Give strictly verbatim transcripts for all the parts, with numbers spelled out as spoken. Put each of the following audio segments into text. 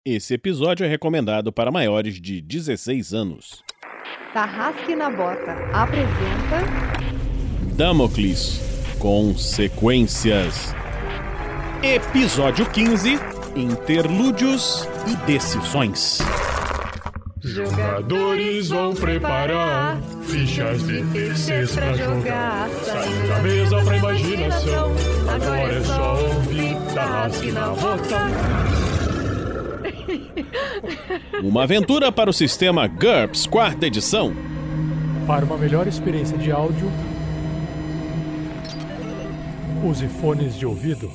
Esse episódio é recomendado para maiores de dezesseis anos. Tarrasque na Bota apresenta Damocles, Consequências. Episódio quinze, Interlúdios e Decisões. Jogadores vão preparar fichas de terceiros pra jogar. Saindo da mesa pra imaginação. Agora é só ouvir Tarrasque na Bota. Uma aventura para o sistema GURPS, quarta edição. Para uma melhor experiência de áudio, use fones de ouvido.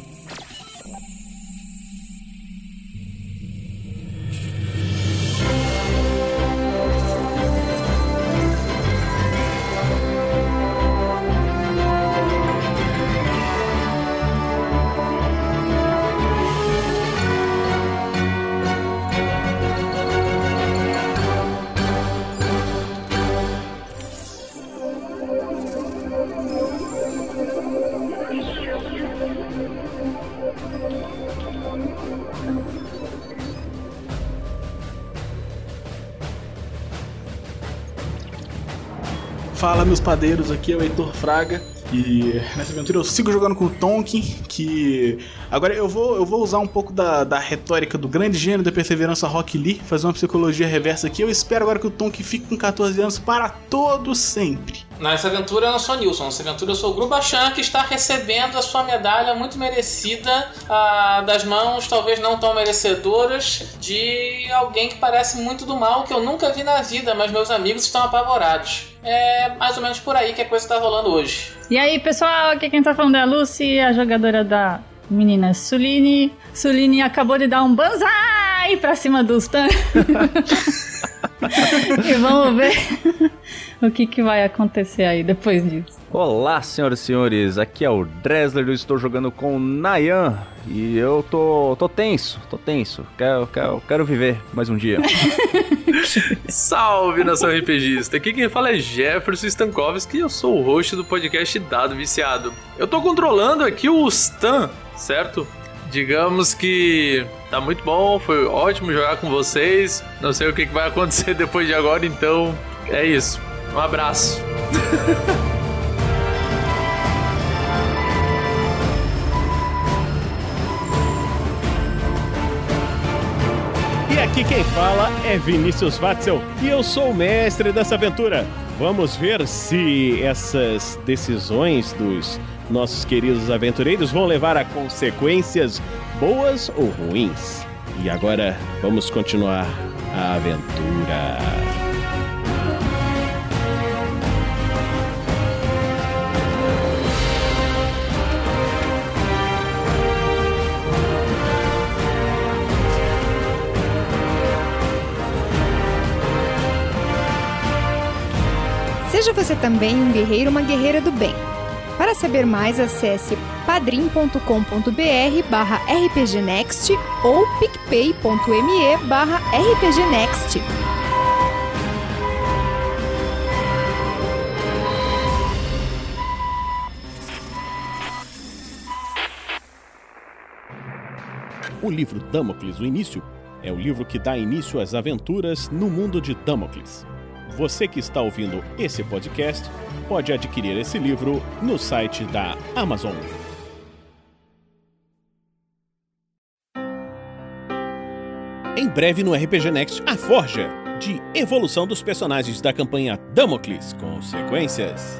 Fala, meus padeiros, aqui é o Heitor Fraga e nessa aventura eu sigo jogando com o Tonkin, que agora eu vou, eu vou usar um pouco da, da retórica do grande gênio da perseverança Rock Lee, fazer uma psicologia reversa aqui. Eu espero agora que o Tonkin fique com catorze anos para todo sempre. Nessa aventura eu não sou Nilson, nessa aventura eu sou o Grubachan, que está recebendo a sua medalha muito merecida ah, das mãos, talvez não tão merecedoras, de alguém que parece muito do mal, que eu nunca vi na vida, mas meus amigos estão apavorados. É mais ou menos por aí que a coisa está rolando hoje. E aí, pessoal, aqui quem tá falando é a Lucy, a jogadora da menina Suline. Suline acabou de dar um banzai pra cima do Stan. E vamos ver o que, que vai acontecer aí depois disso. Olá, senhoras e senhores, aqui é o Dresler, eu estou jogando com o Nayan e eu tô, tô tenso, tô tenso, quero, quero, quero viver mais um dia. Salve, nação RPGista, aqui quem fala é Jefferson Stankovski e eu sou o host do podcast Dado Viciado. Eu tô controlando aqui o Stan, certo? Digamos que tá muito bom, foi ótimo jogar com vocês, não sei o que vai acontecer depois de agora, então é isso, um abraço. E aqui quem fala é Vinícius Watzel e eu sou o mestre dessa aventura. Vamos ver se essas decisões dos nossos queridos aventureiros vão levar a consequências boas ou ruins. E agora vamos continuar a aventura. Seja você também um guerreiro ou uma guerreira do bem. Para saber mais, acesse padrim.com.br barra rpgnext ou picpay.me barra rpgnext. O livro Damocles, o início, é o livro que dá início às aventuras no mundo de Damocles. Você que está ouvindo esse podcast pode adquirir esse livro no site da Amazon. Em breve no R P G Next, a forja de evolução dos personagens da campanha Damocles, Consequências.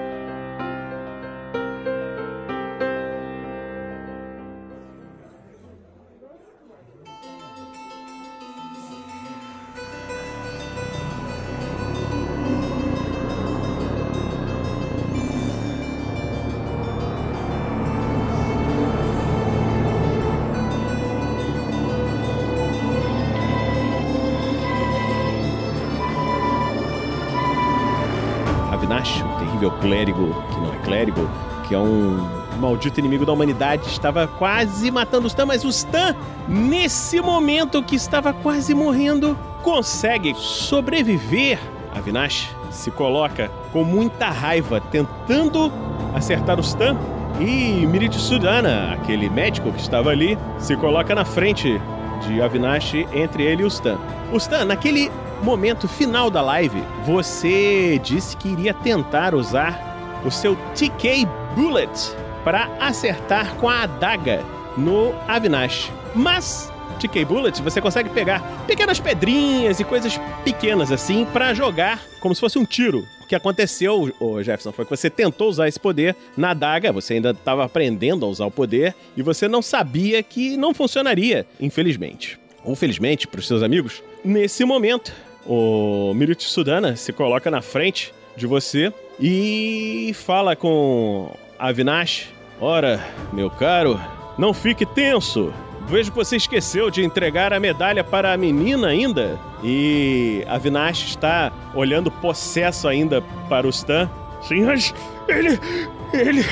Avinash, o terrível clérigo, que não é clérigo, que é um maldito inimigo da humanidade, estava quase matando o Stan, mas o Stan, nesse momento que estava quase morrendo, consegue sobreviver. Avinash se coloca com muita raiva, tentando acertar o Stan, e Mirit Sudana, aquele médico que estava ali, se coloca na frente de Avinash entre ele e o Stan. O Stan, naquele momento final da live, você disse que iria tentar usar o seu T K Bullet para acertar com a adaga no Avinash. Mas T K Bullet, você consegue pegar pequenas pedrinhas e coisas pequenas assim para jogar como se fosse um tiro. O que aconteceu, oh, Jefferson, foi que você tentou usar esse poder na adaga, você ainda estava aprendendo a usar o poder e você não sabia que não funcionaria, infelizmente. Ou felizmente, para os seus amigos. Nesse momento, o Miruti Sudana se coloca na frente de você e fala com Avinash: ora, meu caro, não fique tenso. Vejo que você esqueceu de entregar a medalha para a menina ainda. E Avinash está olhando possesso ainda para o Stan. Sim, mas ele... ele...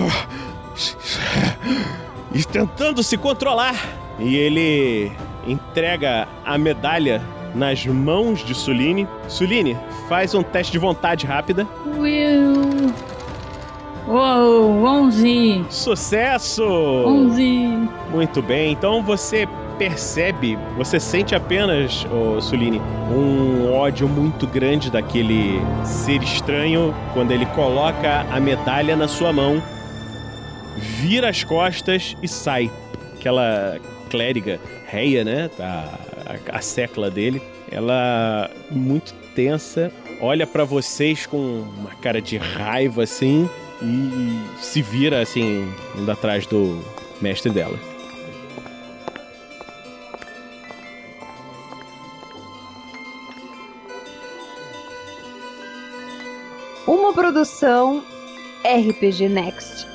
e tentando se controlar. E ele entrega a medalha nas mãos de Suline. Suline, faz um teste de vontade rápida. Will... Uou, onze! Sucesso! onze! Muito bem, então você percebe, você sente apenas, oh, Suline, um ódio muito grande daquele ser estranho quando ele coloca a medalha na sua mão, vira as costas e sai. Aquela clériga, Reia, né? A, a, a secla dele, ela muito tensa, olha pra vocês com uma cara de raiva assim. E se vira, assim, indo atrás do mestre dela. Uma produção R P G Next.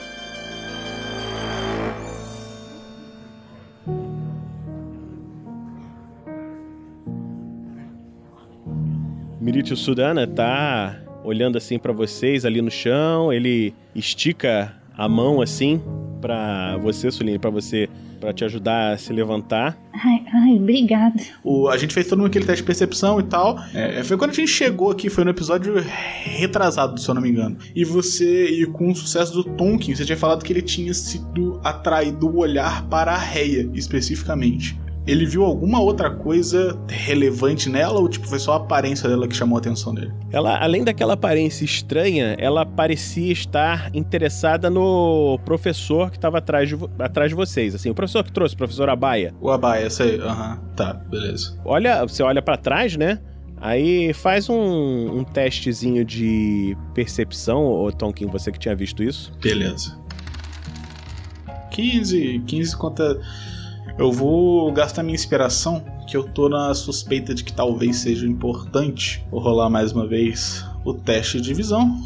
Miruti Sudana tá olhando assim pra vocês ali no chão, ele estica a mão assim pra você, Suline, pra você, pra te ajudar a se levantar. Ai, ai, obrigada. O, a gente fez todo mundo aquele teste de percepção e tal. É, foi quando a gente chegou aqui, foi no episódio retrasado, se eu não me engano. E você, e com o sucesso do Tonkin, você tinha falado que ele tinha sido atraído o olhar para a Reia, especificamente. Ele viu alguma outra coisa relevante nela ou tipo foi só a aparência dela que chamou a atenção dele? Ela, além daquela aparência estranha, ela parecia estar interessada no professor que estava atrás de, atrás de vocês. Assim, o professor que trouxe, o professor Abaia. O Abaia, sei. Aham, uhum. Tá, beleza. Olha, você olha pra trás, né? Aí faz um, um testezinho de percepção, ô Tonkin, você que tinha visto isso. Beleza. quinze, quinze conta... Eu vou gastar minha inspiração, que eu tô na suspeita de que talvez seja importante. Vou rolar mais uma vez o teste de visão.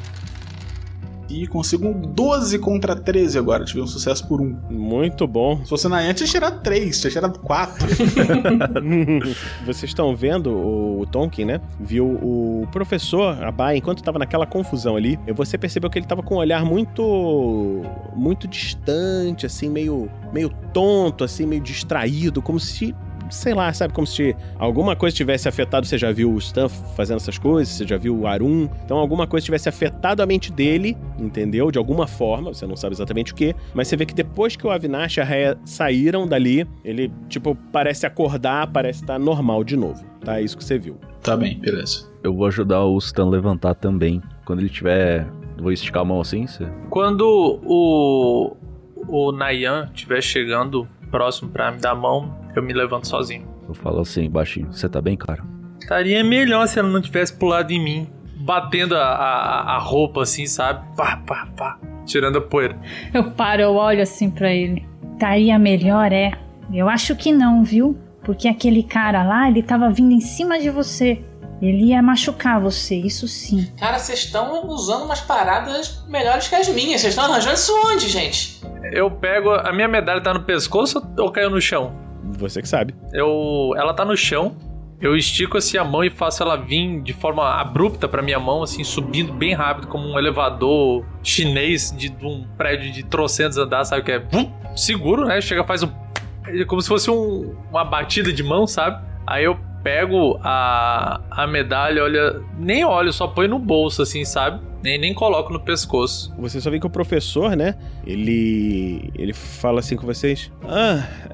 E consigo um doze contra treze agora. Tive um sucesso por um. Muito bom. Se fosse na antes, tinha tirado três, tinha tirado quatro. Vocês estão vendo o, o Tonkin, né? Viu o professor Abai, enquanto estava naquela confusão ali, você percebeu que ele estava com um olhar muito muito distante, assim, meio, meio tonto, assim, meio distraído, como se... sei lá, sabe, como se alguma coisa tivesse afetado. Você já viu o Stan fazendo essas coisas, você já viu o Arun, então alguma coisa tivesse afetado a mente dele, entendeu? De alguma forma, você não sabe exatamente o que, mas você vê que depois que o Avinash e a Reia saíram dali, ele, tipo, parece acordar, parece estar normal de novo, tá? É isso que você viu. Tá bem, beleza. Eu vou ajudar o Stan a levantar também. Quando ele tiver... Vou esticar a mão assim, você... Quando o... o Nayan estiver chegando próximo pra me dar a mão, eu me levanto sozinho. Eu falo assim, baixinho. Você tá bem, cara? Estaria melhor se ela não tivesse pulado em mim, batendo a, a, a roupa assim, sabe? Pá, pá, pá, tirando a poeira. Eu paro, eu olho assim pra ele. Estaria melhor, é? Eu acho que não, viu? Porque aquele cara lá, ele tava vindo em cima de você. Ele ia machucar você, isso sim. Cara, vocês estão usando umas paradas melhores que as minhas. Vocês estão arranjando isso onde, gente? Eu pego... A minha medalha tá no pescoço ou caiu no chão? Você que sabe. Eu... Ela tá no chão. Eu estico assim a mão e faço ela vir de forma abrupta pra minha mão, assim, subindo bem rápido, como um elevador chinês de, de um prédio de trocentos andares, sabe? Que é seguro, né? Chega, faz um... como se fosse um, uma batida de mão, sabe? Aí eu pego a, a medalha, olha, nem olho, só põe no bolso, assim, sabe? Nem, nem coloco no pescoço. Você só vê que o professor, né? Ele ele fala assim com vocês. Ah, é...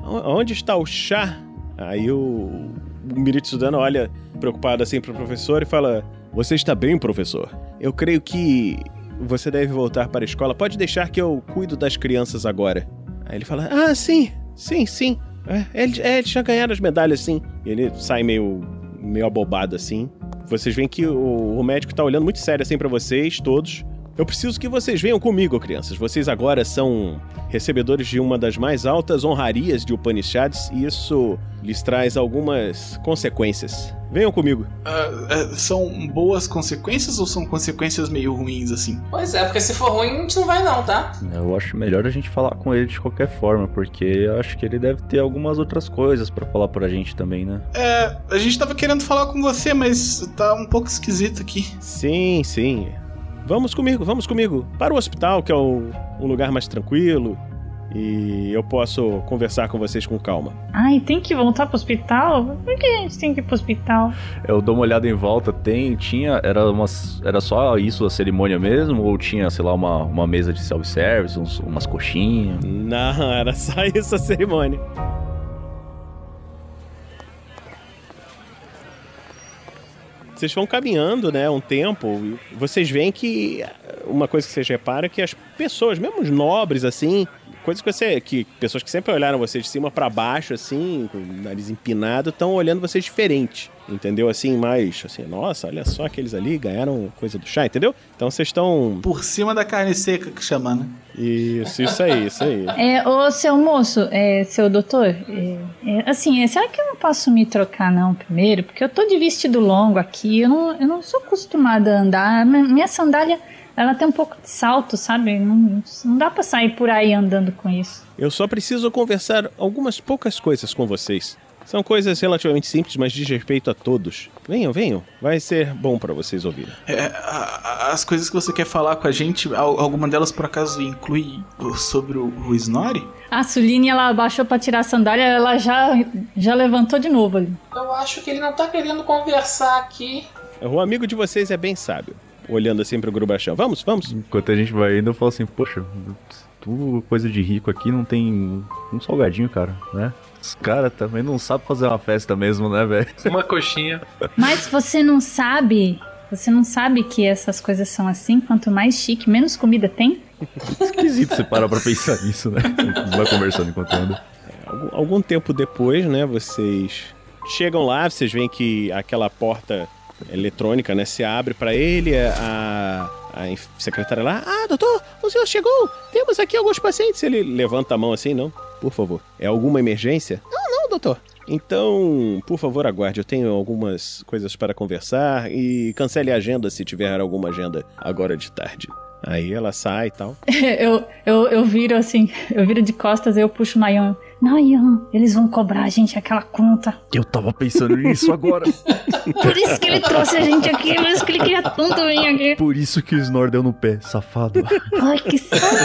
onde está o chá? Aí o Miritsudana olha preocupado assim pro professor e fala: você está bem, professor? Eu creio que você deve voltar para a escola. Pode deixar que eu cuido das crianças agora. Aí ele fala: ah, sim, sim, sim. É, eles, é, eles já ganharam as medalhas, sim. E ele sai meio, meio abobado assim. Vocês veem que o, o médico tá olhando muito sério assim pra vocês, todos. Eu preciso que vocês venham comigo, crianças. Vocês agora são recebedores de uma das mais altas honrarias de Upanishads e isso lhes traz algumas consequências. Venham comigo. Uh, uh, são boas consequências ou são consequências meio ruins, assim? Pois é, porque se for ruim, a gente não vai não, tá? Eu acho melhor a gente falar com ele de qualquer forma, porque eu acho que ele deve ter algumas outras coisas pra falar pra gente também, né? É, a gente tava querendo falar com você, mas tá um pouco esquisito aqui. Sim, sim. Vamos comigo, vamos comigo. Para o hospital, que é o, um lugar mais tranquilo. E eu posso conversar com vocês com calma. Ai, tem que voltar pro hospital? Por que a gente tem que ir pro hospital? Eu dou uma olhada em volta, tem, tinha, era, umas, era só isso a cerimônia mesmo? Ou tinha, sei lá, uma, uma mesa de self-service, uns, umas coxinhas? Não, era só isso a cerimônia. Vocês vão caminhando, né, um tempo, e vocês veem que uma coisa que vocês reparam é que as pessoas, mesmo os nobres, assim, coisas que você, que pessoas que sempre olharam vocês de cima pra baixo, assim, com o nariz empinado, estão olhando vocês diferente, entendeu? Assim, mais, assim, nossa, olha só aqueles ali ganharam coisa do chá, entendeu? Então vocês estão... Por cima da carne seca que chama, né? Isso, isso aí, isso aí. É, ô, seu moço, é, seu doutor, é, é, assim, é, será que eu não posso me trocar não primeiro? Porque eu tô de vestido longo aqui, eu não, eu não sou acostumada a andar, minha sandália, ela tem um pouco de salto, sabe? Não, não dá pra sair por aí andando com isso. Eu só preciso conversar algumas poucas coisas com vocês. São coisas relativamente simples, mas diz respeito a todos. Venham, venham. Vai ser bom pra vocês ouvirem. É, a, a, as coisas que você quer falar com a gente, alguma delas por acaso inclui sobre o, o Snorri? A Suline, ela abaixou pra tirar a sandália, ela já, já levantou de novo ali. Eu acho que ele não tá querendo conversar aqui. O amigo de vocês é bem sábio. Olhando assim pro Grubachão. Vamos, vamos. Enquanto a gente vai indo, eu falo assim, poxa, tu, coisa de rico aqui, não tem um salgadinho, cara, né? Os caras também não sabem fazer uma festa mesmo, né, velho? Uma coxinha. Mas você não sabe, você não sabe que essas coisas são assim? Quanto mais chique, menos comida tem? Esquisito você parar pra pensar nisso, né? Vai conversando enquanto anda. É, algum, algum tempo depois, né, vocês chegam lá, vocês veem que aquela porta eletrônica, né, se abre pra ele, a, a secretária lá, ah, doutor, o senhor chegou, temos aqui alguns pacientes. Ele levanta a mão assim, não, por favor, é alguma emergência? Não, não, doutor. Então, por favor, aguarde, eu tenho algumas coisas para conversar e cancele a agenda se tiver alguma agenda agora de tarde. Aí ela sai e tal. eu, eu, eu viro assim, eu viro de costas e eu puxo o Nayan. Nayan, eles vão cobrar a gente aquela conta. Eu tava pensando nisso agora. Por isso que ele trouxe a gente aqui, por isso que ele queria tanto vir aqui. Por isso que o Snor deu no pé, safado. Ai, que saco.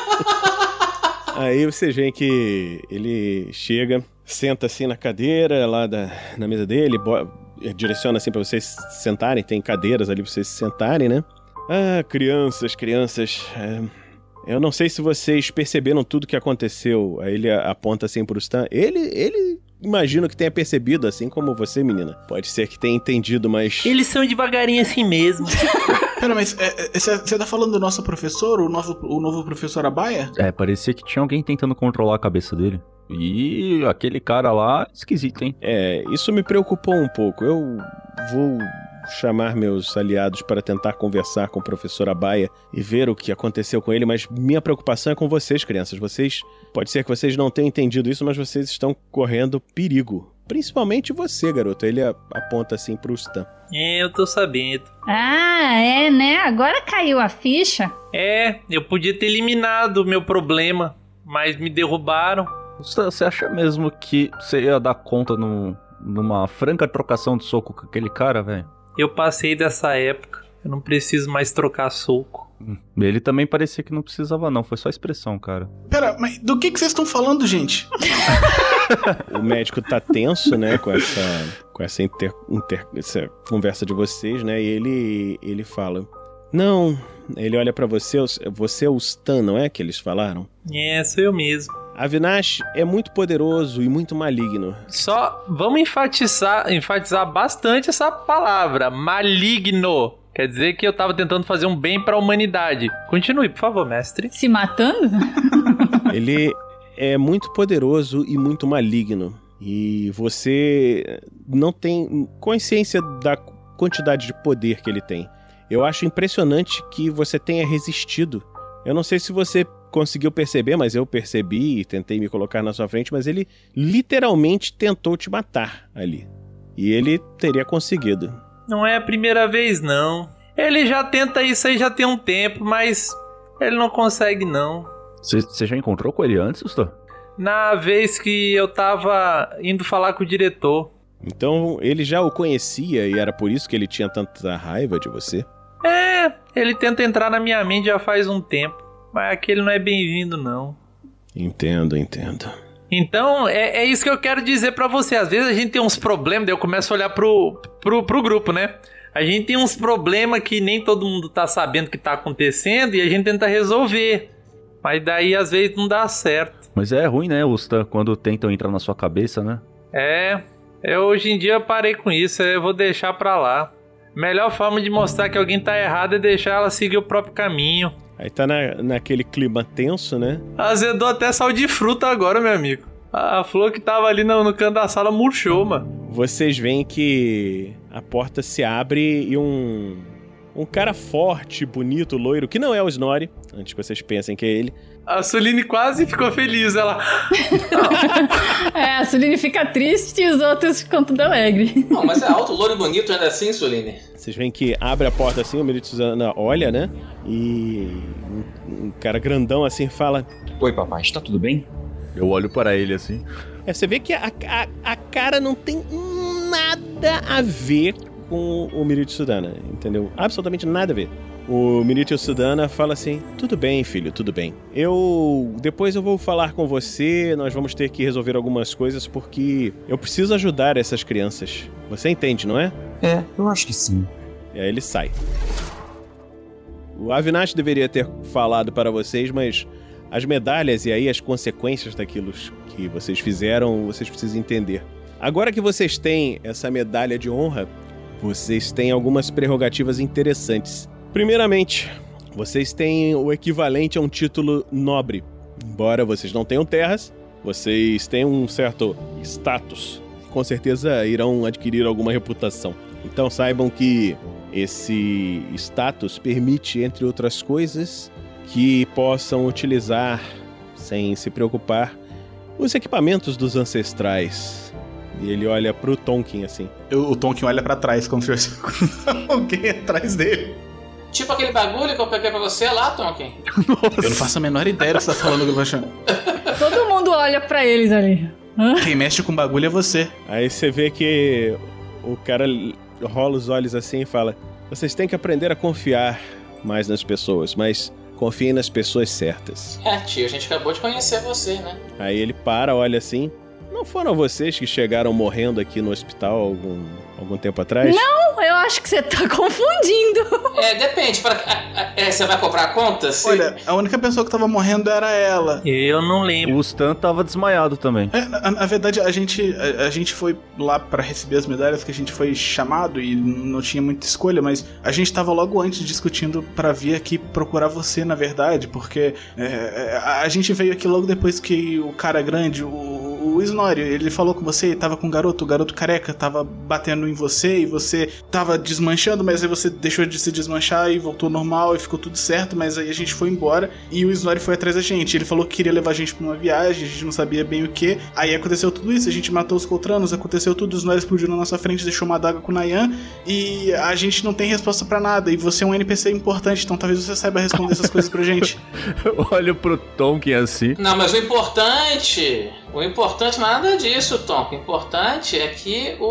Aí vocês veem que ele chega, senta assim na cadeira lá da, na mesa dele, bo- direciona assim pra vocês se sentarem, tem cadeiras ali pra vocês se sentarem, né? Ah, crianças, crianças, é, eu não sei se vocês perceberam tudo que aconteceu. Aí ele aponta assim pro Stan. Ele, ele imagino que tenha percebido, assim como você, menina. Pode ser que tenha entendido, mas... Eles são devagarinho assim mesmo. Pera, mas você tá falando do nosso professor, o novo, o novo professor Abaya? É, parecia que tinha alguém tentando controlar a cabeça dele. E aquele cara lá, esquisito, hein? É, isso me preocupou um pouco. Eu vou chamar meus aliados para tentar conversar com o professor Abaya e ver o que aconteceu com ele, mas minha preocupação é com vocês, crianças. Vocês, pode ser que vocês não tenham entendido isso, mas vocês estão correndo perigo. Principalmente você, garoto. Ele aponta assim pro Stan. É, eu tô sabendo. Ah, é, né? Agora caiu a ficha. É, eu podia ter eliminado o meu problema, mas me derrubaram. Você acha mesmo que você ia dar conta no, numa franca trocação de soco com aquele cara, velho? Eu passei dessa época. Eu não preciso mais trocar soco. Ele também parecia que não precisava não, foi só expressão, cara. Pera, mas do que que vocês estão falando, gente? O médico tá tenso, né, com essa, com essa, inter, inter, essa conversa de vocês, né, e ele, ele fala... Não, ele olha pra você, você é o Stan, não é que eles falaram? É, sou eu mesmo. Avinash é muito poderoso e muito maligno. Só vamos enfatizar, enfatizar bastante essa palavra, maligno. Quer dizer que eu tava tentando fazer um bem pra humanidade. Continue, por favor, mestre. Se matando? Ele é muito poderoso e muito maligno. E você não tem consciência da quantidade de poder que ele tem. Eu acho impressionante que você tenha resistido. Eu não sei se você conseguiu perceber, mas eu percebi e tentei me colocar na sua frente, mas ele literalmente tentou te matar ali. E ele teria conseguido. Não é a primeira vez, não. Ele já tenta isso aí já tem um tempo, mas ele não consegue, não. Você já encontrou com ele antes, Ustan? Na vez que eu tava indo falar com o diretor. Então ele já o conhecia e era por isso que ele tinha tanta raiva de você? É, ele tenta entrar na minha mente já faz um tempo. Mas aquele não é bem-vindo, não. Entendo, entendo. Então, é, é isso que eu quero dizer pra você. Às vezes a gente tem uns problemas, daí eu começo a olhar pro, pro, pro grupo, né? A gente tem uns problemas que nem todo mundo tá sabendo que tá acontecendo e a gente tenta resolver. Mas daí, às vezes, não dá certo. Mas é ruim, né, Ustan, quando tentam entrar na sua cabeça, né? É, eu, hoje em dia eu parei com isso, eu vou deixar pra lá. Melhor forma de mostrar que alguém tá errado é deixar ela seguir o próprio caminho. Aí tá na, naquele clima tenso, né? Azedou até sal de fruta agora, meu amigo. A flor que tava ali no, no canto da sala murchou, mano. Vocês veem que a porta se abre e um... Um cara forte, bonito, loiro, que não é o Snorri, antes que vocês pensem que é ele. A Suline quase ficou feliz, ela... É, a Suline fica triste e os outros ficam tudo alegre. Não, mas é alto, loiro e bonito ainda assim, Suline. Vocês veem que abre a porta assim, o Mirito Suzana olha, né? E um, um cara grandão assim fala... Oi, papai, está tudo bem? Eu olho para ele assim. É, você vê que a, a, a cara não tem nada a ver com o Mirito Sudana, entendeu? Absolutamente nada a ver. O Mirito Sudana fala assim: tudo bem, filho, tudo bem. Eu... Depois eu vou falar com você, nós vamos ter que resolver algumas coisas porque eu preciso ajudar essas crianças. Você entende, não é? É, eu acho que sim. E aí ele sai. O Avinash deveria ter falado para vocês, mas as medalhas e aí as consequências daquilo que vocês fizeram, vocês precisam entender. Agora que vocês têm essa medalha de honra, vocês têm algumas prerrogativas interessantes. Primeiramente, vocês têm o equivalente a um título nobre. Embora vocês não tenham terras, vocês têm um certo status. Com certeza irão adquirir alguma reputação. Então saibam que esse status permite, entre outras coisas, que possam utilizar, sem se preocupar, os equipamentos dos ancestrais. E ele olha pro Tonkin, assim. Eu, o Tonkin olha pra trás, como se fosse alguém atrás dele. Tipo aquele bagulho que eu peguei pra você lá, Tonkin. Nossa. Eu não faço a menor ideia do que você tá falando, Gubachan. Todo mundo olha pra eles ali. Hã? Quem mexe com bagulho é você. Aí você vê que o cara rola os olhos assim e fala: vocês têm que aprender a confiar mais nas pessoas, mas confiem nas pessoas certas. É, tio, a gente acabou de conhecer você, né? Aí ele para, olha assim... Não foram vocês que chegaram morrendo aqui no hospital algum, algum tempo atrás? Não, eu acho que você tá confundindo. É, depende. Pra, é, você vai comprar a conta? Se... Olha, a única pessoa que tava morrendo era ela. Eu não lembro. O Stan tava desmaiado também. É, na, na verdade, a gente, a, a gente foi lá pra receber as medalhas, que a gente foi chamado e não tinha muita escolha, mas a gente tava logo antes discutindo pra vir aqui procurar você, na verdade, porque é, a, a gente veio aqui logo depois que o cara grande, o O Snorri, ele falou com você, tava com o garoto, o garoto careca tava batendo em você e você tava desmanchando, mas aí você deixou de se desmanchar e voltou normal e ficou tudo certo, mas aí a gente foi embora e o Snorri foi atrás da gente. Ele falou que queria levar a gente pra uma viagem, a gente não sabia bem o que. Aí aconteceu tudo isso, a gente matou os Coltranos, aconteceu tudo, o Snorri explodiu na nossa frente, deixou uma adaga com o Nayan e a gente não tem resposta pra nada. E você é um N P C importante, então talvez você saiba responder essas coisas pra gente. Olha pro Tonkin assim. Não, mas o importante... O importante não é nada disso, Tom. O importante é que o,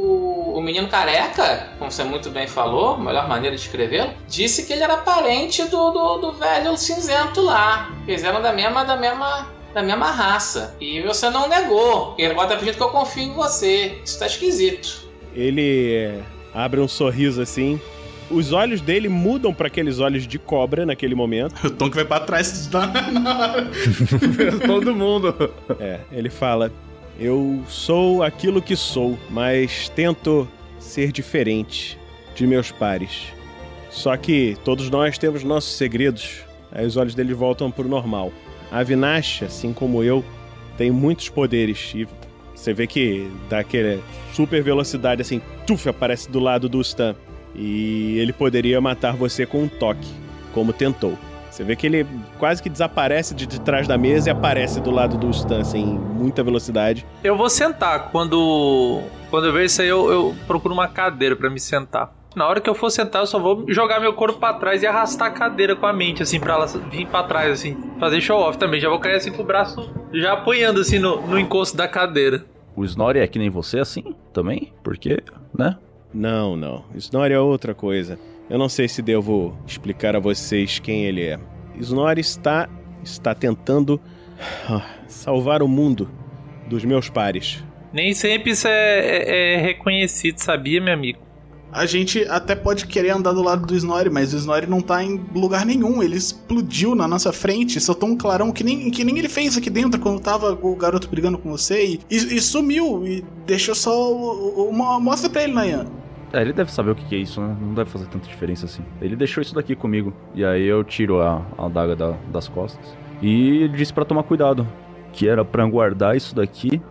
o, o menino careca, como você muito bem falou, a melhor maneira de escrevê-lo, disse que ele era parente do, do, do velho cinzento lá. Eles eram da mesma, da mesma, da mesma raça. E você não negou. E agora tá pedindo que eu confie em você. Isso tá esquisito. Ele é, abre um sorriso assim os olhos dele mudam para aqueles olhos de cobra naquele momento. O Tom que vai pra trás na hora. Todo mundo. É, ele fala: eu sou aquilo que sou, mas tento ser diferente de meus pares. Só que todos nós temos nossos segredos. Aí os olhos dele voltam pro normal. A Avinash, assim como eu, tem muitos poderes. E você vê que dá aquela super velocidade, assim, tuf, aparece do lado do Stan. E ele poderia matar você com um toque, como tentou. Você vê que ele quase que desaparece de, de trás da mesa e aparece do lado do Stan, assim, em muita velocidade. Eu vou sentar. Quando, quando eu ver isso aí, eu, eu procuro uma cadeira pra me sentar. Na hora que eu for sentar, eu só vou jogar meu corpo pra trás e arrastar a cadeira com a mente, assim, pra ela vir pra trás, assim. Fazer show-off também. Já vou cair, assim, com o braço já apoiando, assim, no, no encosto da cadeira. O Snorri é que nem você, assim, também? Porque, né? Não, não. Snorri é outra coisa. Eu não sei se devo explicar a vocês quem ele é. Snorri está, está tentando ah, salvar o mundo dos meus pares. Nem sempre isso é, é, é reconhecido, sabia, meu amigo? A gente até pode querer andar do lado do Snorri, mas o Snorri não tá em lugar nenhum. Ele explodiu na nossa frente, soltou um clarão que nem, que nem ele fez aqui dentro quando tava o garoto brigando com você e, e, e sumiu e deixou só uma... Mostra pra ele, Nayan. É, ele deve saber o que é isso, né? Não deve fazer tanta diferença assim. Ele deixou isso daqui comigo. E aí eu tiro a, a adaga da, das costas. E ele disse pra tomar cuidado. Que era pra guardar isso daqui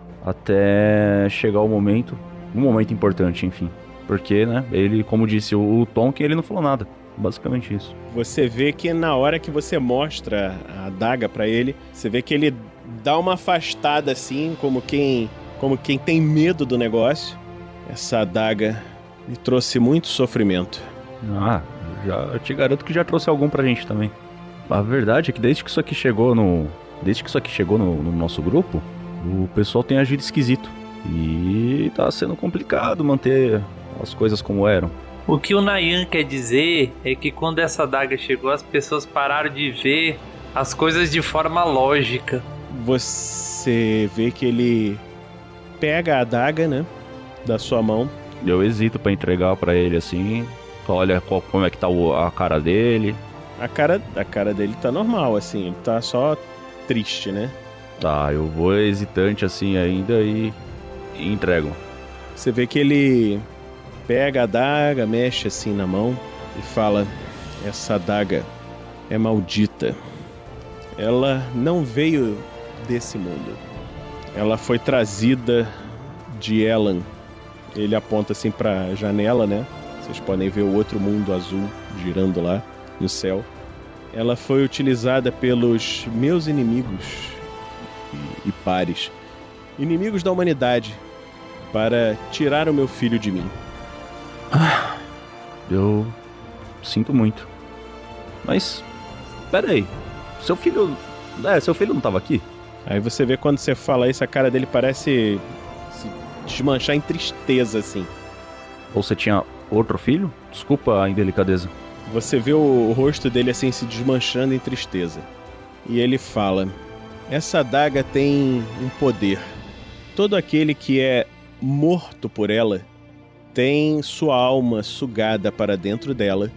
até chegar o momento. Um momento importante, enfim. Porque, né, ele, como disse o, o Tonkin, ele não falou nada. Basicamente isso. Você vê que na hora que você mostra a adaga pra ele, você vê que ele dá uma afastada assim, como quem, como quem tem medo do negócio. Essa adaga me trouxe muito sofrimento. Ah, já, eu te garanto que já trouxe algum pra gente também. A verdade é que desde que isso aqui chegou no... Desde que isso aqui chegou no, no nosso grupo, o pessoal tem agido esquisito. E tá sendo complicado manter as coisas como eram. O que o Nayan quer dizer é que quando essa adaga chegou, as pessoas pararam de ver as coisas de forma lógica. Você vê que ele pega a adaga, né, da sua mão. Eu hesito pra entregar pra ele assim. Olha qual, como é que tá o, a cara dele. A cara, a cara dele tá normal, assim. Ele tá só triste, né? Tá, eu vou hesitante assim ainda e, e entrego. Você vê que ele pega a adaga, mexe assim na mão e fala: essa adaga é maldita. Ela não veio desse mundo. Ela foi trazida de Elan. Ele aponta assim pra janela, né? Vocês podem ver o outro mundo azul girando lá no céu. Ela foi utilizada pelos meus inimigos e, e pares, inimigos da humanidade, para tirar o meu filho de mim. Ah, eu sinto muito. Mas, pera aí, seu filho... É, seu filho não tava aqui? Aí você vê quando você fala isso, a cara dele parece se desmanchar em tristeza, assim. Ou você tinha outro filho? Desculpa a indelicadeza. Você vê o rosto dele assim se desmanchando em tristeza. E ele fala: essa adaga tem um poder. Todo aquele que é morto por ela tem sua alma sugada para dentro dela.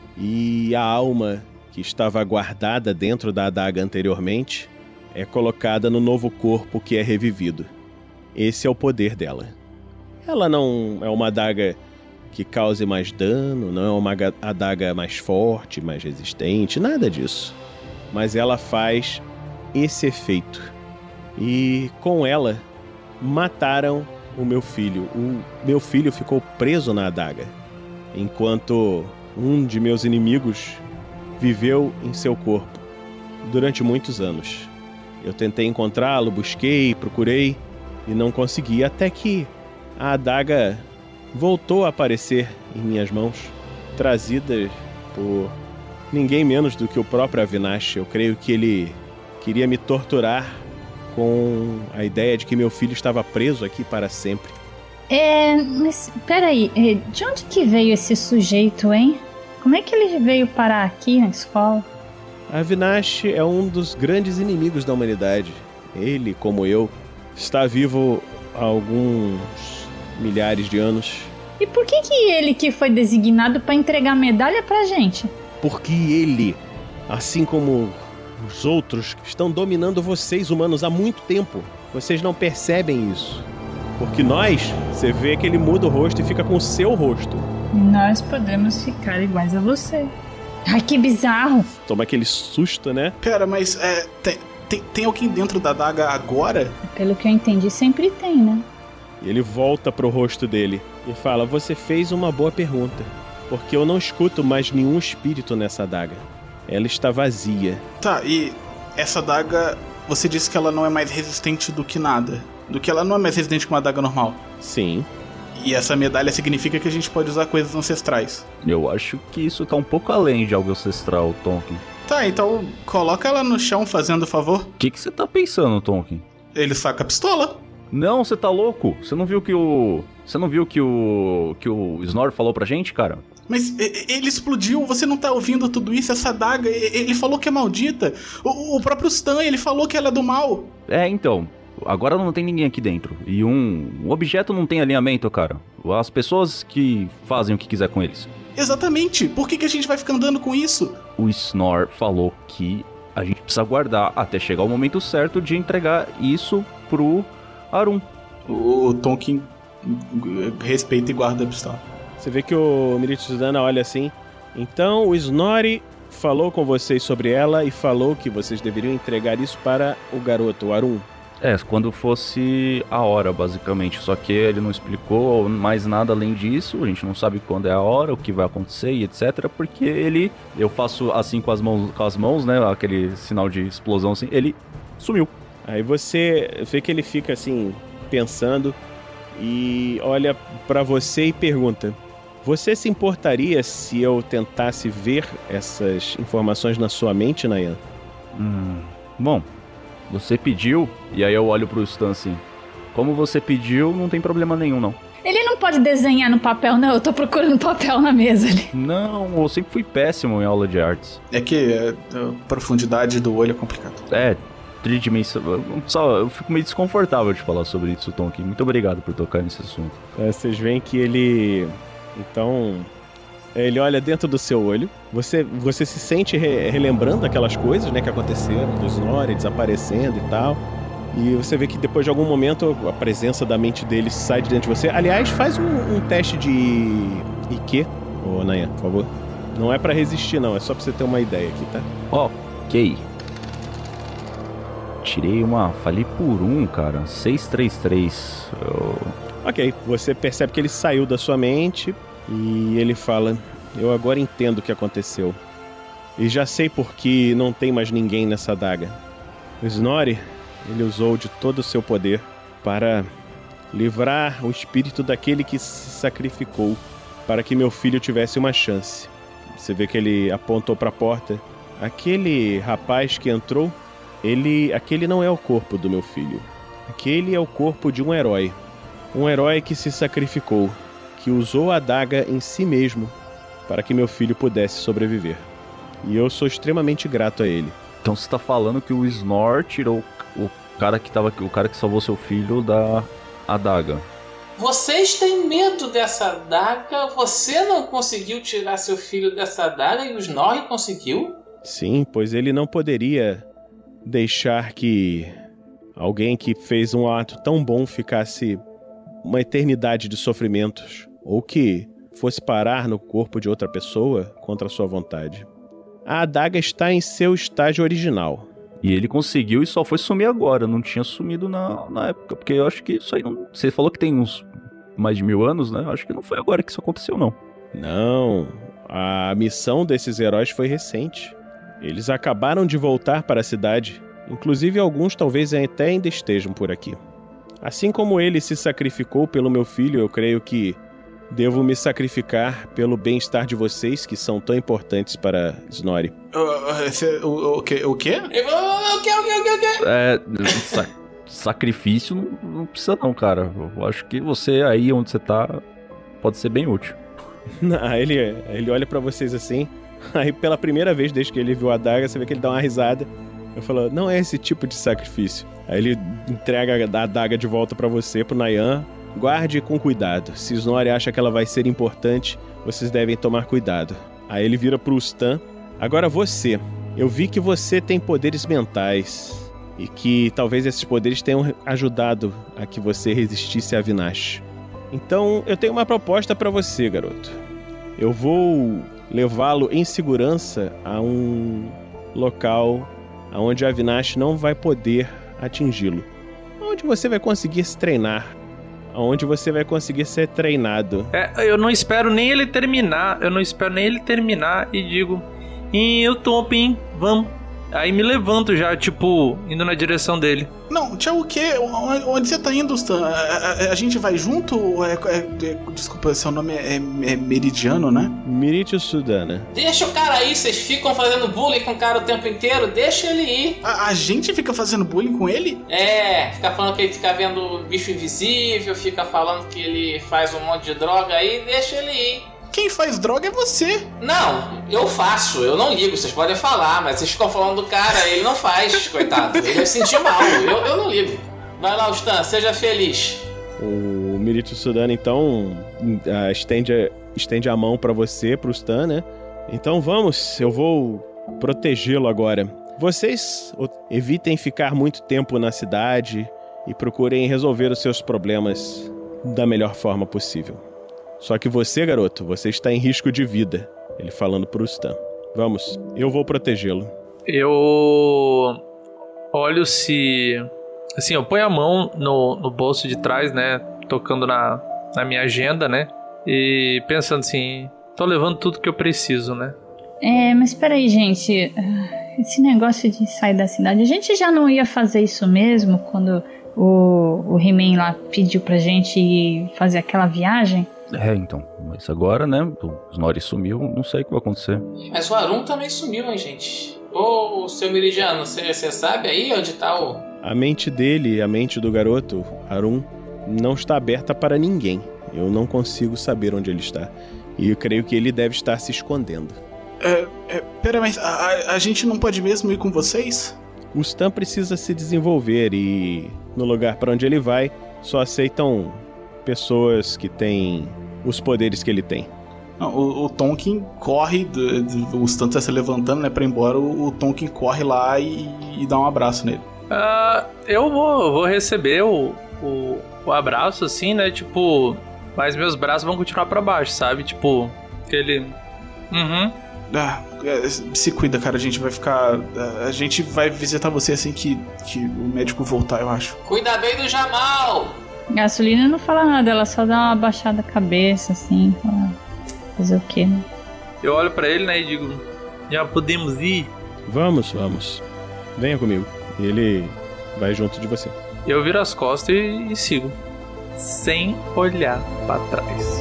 E a alma que estava guardada dentro da adaga anteriormente é colocada no novo corpo que é revivido. Esse é o poder dela. Ela não é uma adaga que cause mais dano, não é uma adaga mais forte, mais resistente, nada disso. Mas ela faz esse efeito. E com ela, mataram o meu filho. O meu filho ficou preso na adaga, enquanto um de meus inimigos viveu em seu corpo durante muitos anos. Eu tentei encontrá-lo, busquei, procurei e não consegui, até que a adaga voltou a aparecer em minhas mãos, trazida por ninguém menos do que o próprio Avinash. Eu creio que ele queria me torturar com a ideia de que meu filho estava preso aqui para sempre. É, mas peraí, de onde que veio esse sujeito, hein? Como é que ele veio parar aqui na escola? Avinash é um dos grandes inimigos da humanidade. Ele, como eu, está vivo há alguns milhares de anos E por que que ele que foi designado pra entregar a medalha pra gente? Porque ele, assim como os outros, estão dominando vocês humanos há muito tempo. Vocês não percebem isso. Porque nós, você vê que ele muda o rosto e fica com o seu rosto. Nós podemos ficar iguais a você. Ai, que bizarro. Toma aquele susto, né? Pera, mas é, tem, tem, tem alguém dentro da adaga agora? Pelo que eu entendi, sempre tem, né? E ele volta pro rosto dele e fala: você fez uma boa pergunta. Porque eu não escuto mais nenhum espírito nessa adaga. Ela está vazia. Tá, e essa adaga, você disse que ela não é mais resistente do que nada. Do que ela não é mais resistente que uma adaga normal. Sim. E essa medalha significa que a gente pode usar coisas ancestrais. Eu acho que isso tá um pouco além de algo ancestral, Tonkin. Tá, então coloca ela no chão fazendo favor. O que você tá pensando, Tonkin? Ele saca a pistola. Não, você tá louco? Você não viu que o... Você não viu que o... Que o Snor falou pra gente, cara? Mas ele explodiu, você não tá ouvindo tudo isso? Essa adaga, ele falou que é maldita. O, o próprio Stan, ele falou que ela é do mal. É, então... Agora não tem ninguém aqui dentro. E um, um objeto não tem alinhamento, cara. As pessoas que fazem o que quiser com eles. Exatamente. Por que, que a gente vai ficar andando com isso? O Snor falou que a gente precisa guardar até chegar o momento certo de entregar isso pro Arum. O Tonkin respeita e guarda a pistola. Você vê que o Miritsuddana olha assim. Então o Snorri falou com vocês sobre ela e falou que vocês deveriam entregar isso para o garoto, o Arum. É, quando fosse a hora, basicamente. Só que ele não explicou mais nada além disso. A gente não sabe quando é a hora, o que vai acontecer e etcétera. Porque ele... Eu faço assim com as mãos, com as mãos, né? Aquele sinal de explosão assim. Ele sumiu. Aí você vê que ele fica assim, pensando. E olha pra você e pergunta: você se importaria se eu tentasse ver essas informações na sua mente, Nayan? Hum... Bom... Você pediu, e aí eu olho pro Stan assim. Como você pediu, não tem problema nenhum, não. Ele não pode desenhar no papel, não. Eu tô procurando papel na mesa ali. Não, eu sempre fui péssimo em aula de artes. É que a profundidade do olho é complicado. É, tridimensional. Só, eu fico meio desconfortável de falar sobre isso, Tonkin. Muito obrigado por tocar nesse assunto. É, vocês veem que ele... Então... Ele olha dentro do seu olho, você, você se sente re, relembrando aquelas coisas, né, que aconteceram, do Snorri desaparecendo e tal. E você vê que depois de algum momento a presença da mente dele sai de dentro de você. Aliás, faz um, um teste de I Q, ô Nayan, por favor. Não é pra resistir não, é só pra você ter uma ideia aqui, tá? Ok. Tirei uma... Falei por um, cara. seiscentos e trinta e três. Eu... Ok, você percebe que ele saiu da sua mente... E ele fala: eu agora entendo o que aconteceu. E já sei por que não tem mais ninguém nessa adaga. O Snorri, ele usou de todo o seu poder para livrar o espírito daquele que se sacrificou para que meu filho tivesse uma chance. Você vê que ele apontou para a porta. Aquele rapaz que entrou, ele, aquele não é o corpo do meu filho. Aquele é o corpo de um herói. Um herói que se sacrificou, que usou a adaga em si mesmo para que meu filho pudesse sobreviver. E eu sou extremamente grato a ele. Então você tá falando que o Snor tirou o cara que tava, o cara que salvou seu filho da adaga. Vocês têm medo dessa adaga? Você não conseguiu tirar seu filho dessa adaga e o Snorri conseguiu? Sim, pois ele não poderia deixar que alguém que fez um ato tão bom ficasse uma eternidade de sofrimentos, ou que fosse parar no corpo de outra pessoa contra a sua vontade. A adaga está em seu estágio original. E ele conseguiu e só foi sumir agora, não tinha sumido na, na época, porque eu acho que isso aí não... Você falou que tem uns mais de mil anos, né? Eu acho que não foi agora que isso aconteceu, não. Não, a missão desses heróis foi recente. Eles acabaram de voltar para a cidade, inclusive alguns talvez até ainda estejam por aqui. Assim como ele se sacrificou pelo meu filho, eu creio que devo me sacrificar pelo bem-estar de vocês, que são tão importantes para Snorri. Uh, o, o, quê? O quê? O quê? O quê? O quê? O quê? É... Sa sacrifício não, não precisa não, cara. Eu acho que você aí onde você tá pode ser bem útil. Não, ele, ele olha pra vocês assim, aí pela primeira vez desde que ele viu a adaga, você vê que ele dá uma risada. Eu falo: não é esse tipo de sacrifício. Aí ele entrega a adaga de volta pra você, pro Nayan. guarde com cuidado. Se Snorri acha que ela vai ser importante, vocês devem tomar cuidado. Aí ele vira pro Stan. Agora você. Eu vi que você tem poderes mentais. E que talvez esses poderes tenham ajudado a que você resistisse a Avinash. Então, eu tenho uma proposta pra você, garoto. Eu vou levá-lo em segurança a um local onde a Avinash não vai poder atingi-lo. Onde você vai conseguir se treinar. Onde você vai conseguir ser treinado. É, eu não espero nem ele terminar. Eu não espero nem ele terminar e digo... E eu topo, hein? Vamos. Aí me levanto já, tipo, indo na direção dele. Não, tchau, o quê? Onde você tá indo, Stan? A, a, a gente vai junto? É, é, é, desculpa, seu nome é, é, é Meridiano, né? Meridio Sudana. Deixa o cara aí, vocês ficam fazendo bullying com o cara o tempo inteiro, deixa ele ir. A, a gente fica fazendo bullying com ele? É, fica falando que ele fica vendo bicho invisível, fica falando que ele faz um monte de droga aí, deixa ele ir. Quem faz droga é você. Não, eu faço, eu não ligo, vocês podem falar, mas vocês ficam falando do cara, ele não faz, coitado. Ele vai se sentir mal, eu, eu não ligo. Vai lá, Stan, seja feliz. O Meridio Sudana, então, uh, estende, estende a mão pra você, pro Stan, né? Então vamos, eu vou protegê-lo agora. Vocês evitem ficar muito tempo na cidade e procurem resolver os seus problemas da melhor forma possível. Só que você, garoto, você está em risco de vida. Ele falando pro Stan. Vamos, eu vou protegê-lo. Eu olho se... Assim, eu ponho a mão no, no bolso de trás, né? Tocando na, na minha agenda, né? E pensando assim... Tô levando tudo que eu preciso, né? É, mas peraí, gente. Esse negócio de sair da cidade... A gente já não ia fazer isso mesmo quando o, o He-Man lá pediu pra gente fazer aquela viagem? É, então, mas agora, né, o Snorri sumiu, não sei o que vai acontecer. Mas o Arun também sumiu, hein, gente? Ô, seu Meridiano, você sabe aí onde tá o... A mente dele, a mente do garoto, Arun, não está aberta para ninguém. Eu não consigo saber onde ele está. E eu creio que ele deve estar se escondendo. É, é, pera, mas a, a gente não pode mesmo ir com vocês? O Stan precisa se desenvolver e no lugar para onde ele vai, só aceitam pessoas que têm os poderes que ele tem. Não, o, o Tonkin corre, do, do, o Stan tá se levantando, né, pra ir embora, o, o Tonkin corre lá e, e dá um abraço nele. Uh, eu vou, vou receber o, o, o abraço, assim, né, tipo, mas meus braços vão continuar pra baixo, sabe, tipo, aquele... Uhum. Ah, se cuida, cara, a gente vai ficar... A gente vai visitar você assim que, que o médico voltar, eu acho. Cuida bem do Jamal! Gasolina não fala nada, ela só dá uma baixada a cabeça, assim, fala, fazer o quê, né? Eu olho pra ele, né, e digo, já podemos ir? Vamos, vamos. Venha comigo. E ele vai junto de você. Eu viro as costas e, e sigo, sem olhar pra trás.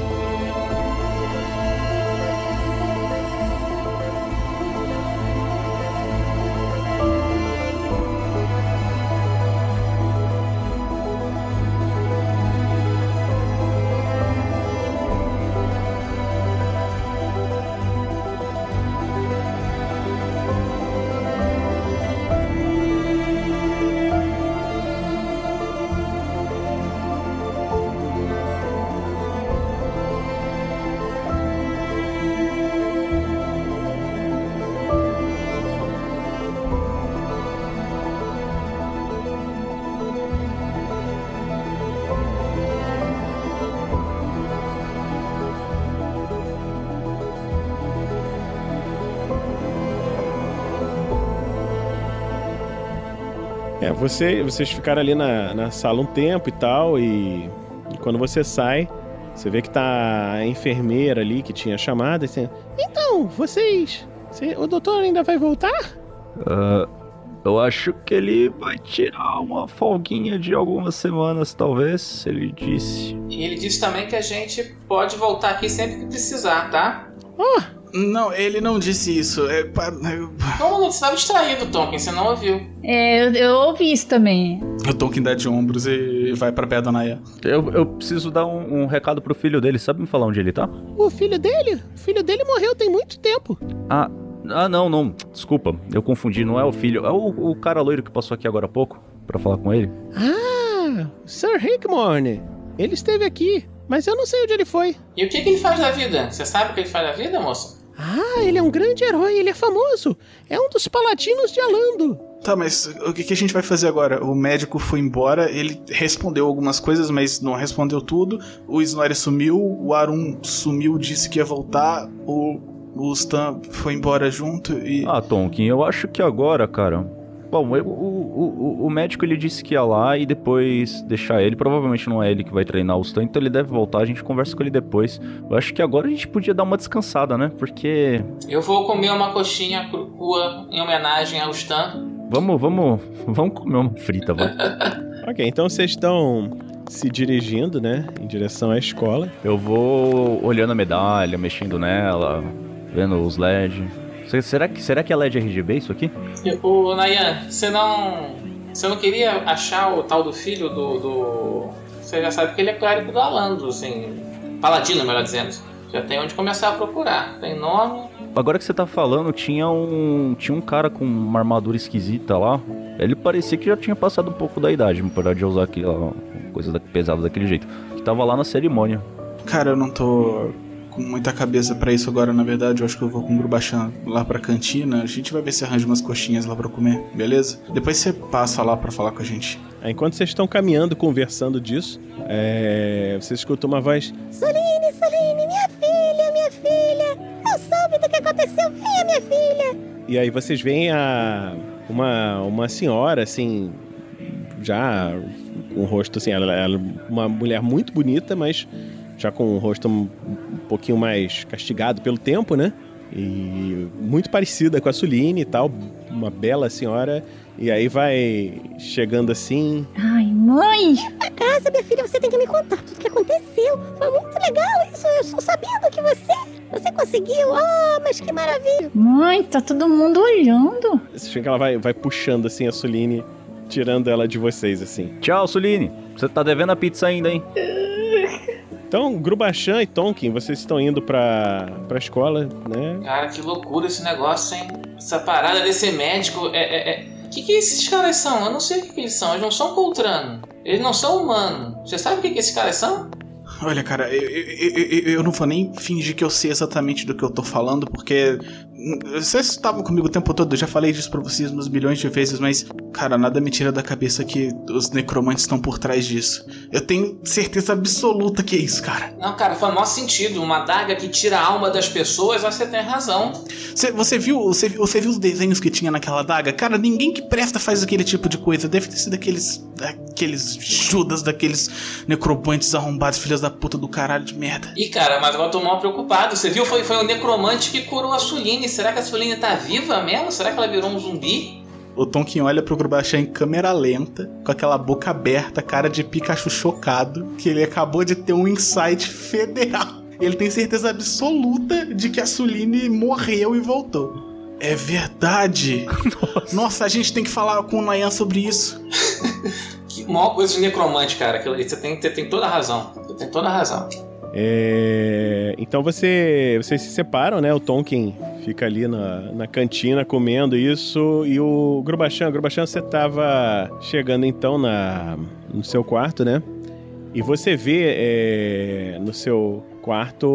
É, você, vocês ficaram ali na, na sala um tempo e tal, e, e quando você sai, você vê que tá a enfermeira ali que tinha chamado, e assim, então, vocês, você, o doutor ainda vai voltar? Uh, eu acho que ele vai tirar uma folguinha de algumas semanas, talvez, ele disse. E ele disse também que a gente pode voltar aqui sempre que precisar, tá? Oh! Não, ele não disse isso. É, Como você estava distraído, Tonkin, você não ouviu. É, eu, eu ouvi isso também. O Tonkin dá de ombros e vai pra pé da Naya. Eu, eu preciso dar um, um recado pro filho dele. Sabe me falar onde ele tá? O filho dele? O filho dele morreu tem muito tempo. Ah, ah não, não. Desculpa, eu confundi. Não é o filho. É o, o cara loiro que passou aqui agora há pouco pra falar com ele. Ah, Sir Hickmorn. Ele esteve aqui, mas eu não sei onde ele foi. E o que, que ele faz da vida? Você sabe o que ele faz da vida, moça? Ah, ele é um grande herói, ele é famoso. É um dos paladinos de Alando. Tá, mas o que, que a gente vai fazer agora? O médico foi embora, ele respondeu algumas coisas, mas não respondeu tudo. O Snorri sumiu, o Arun sumiu, disse que ia voltar, o, o Stan foi embora junto e... Ah, Tonkin, eu acho que agora, cara... Bom, eu, o, o, o médico ele disse que ia lá e depois deixar ele. Provavelmente não é ele que vai treinar o Stan, então ele deve voltar, a gente conversa com ele depois. Eu acho que agora a gente podia dar uma descansada, né? Porque... Eu vou comer uma coxinha crua em homenagem ao Stan. Vamos, vamos, vamos comer uma frita, vai. Ok, então vocês estão se dirigindo, né, em direção à escola. Eu vou olhando a medalha, mexendo nela, vendo os L E D. Será que, será que é L E D R G B isso aqui? Ô, Nayan, você não... Você não queria achar o tal do filho do... do... Você já sabe que ele é clérigo do Alando, assim... Paladino, melhor dizendo. Já tem onde começar a procurar. Tem nome... Agora que você tá falando, tinha um, tinha um cara com uma armadura esquisita lá. Ele parecia que já tinha passado um pouco da idade, para de usar aquela coisa pesada daquele jeito. Que tava lá na cerimônia. Cara, eu não tô com muita cabeça pra isso agora, na verdade. Eu acho que eu vou com o Grubachan lá pra cantina. A gente vai ver se arranja umas coxinhas lá pra comer, beleza? Depois você passa lá pra falar com a gente. Enquanto vocês estão caminhando, conversando disso, é... você escuta uma voz... Soline, Soline, minha filha, minha filha. Eu soube do que aconteceu, venha, minha filha. E aí vocês veem a... uma, uma senhora, assim, já com o rosto, assim, ela é uma mulher muito bonita, mas já com o rosto um, um pouquinho mais castigado pelo tempo, né? E muito parecida com a Soline e tal, uma bela senhora. E aí vai chegando assim... Ai, mãe! A casa, minha filha, você tem que me contar tudo o que aconteceu. Foi muito legal isso, eu estou sabendo que você... Você conseguiu, oh, mas que maravilha. Mãe, tá todo mundo olhando. Você vê que ela vai, vai puxando assim a Soline, tirando ela de vocês, assim. Tchau, Soline. Você tá devendo a pizza ainda, hein? Então, Grubachan e Tonkin, vocês estão indo pra, pra escola, né? Cara, que loucura esse negócio, hein? Essa parada desse médico é... é, é... O que, que esses caras são? Eu não sei o que, que eles são. Eles não são Coltrano. Eles não são humanos. Você sabe o que, que esses caras são? Olha, cara, eu, eu, eu, eu não vou nem fingir que eu sei exatamente do que eu tô falando, porque... Vocês estavam comigo o tempo todo, eu já falei disso pra vocês umas milhões de vezes, mas... Cara, nada me tira da cabeça que os necromantes estão por trás disso. Eu tenho certeza absoluta que é isso, cara. Não, cara, faz o maior sentido. Uma adaga que tira a alma das pessoas, você tem razão. Você, você, viu, você, você viu os desenhos que tinha naquela adaga? Cara, ninguém que presta faz aquele tipo de coisa. Deve ter sido aqueles... Aqueles Judas, daqueles necromantes arrombados, filhas da puta do caralho de merda. Ih, cara, mas agora eu tô mal preocupado. Você viu? Foi, foi o necromante que curou a Soline. Será que a Soline tá viva mesmo? Será que ela virou um zumbi? O Tonkin olha pro Grubachan em câmera lenta, com aquela boca aberta, cara de Pikachu chocado, que ele acabou de ter um insight federal. Ele tem certeza absoluta de que a Soline morreu e voltou. É verdade. Nossa, Nossa a gente tem que falar com o Nayan sobre isso. Que maior coisa de necromante, cara. Você tem, você tem toda a razão. Você tem toda a razão. É... Então você, vocês se separam, né? O Tonkin fica ali na, na cantina comendo isso. E o Grubachan, Grubachan, você tava chegando então na, no seu quarto, né? E você vê é, no seu quarto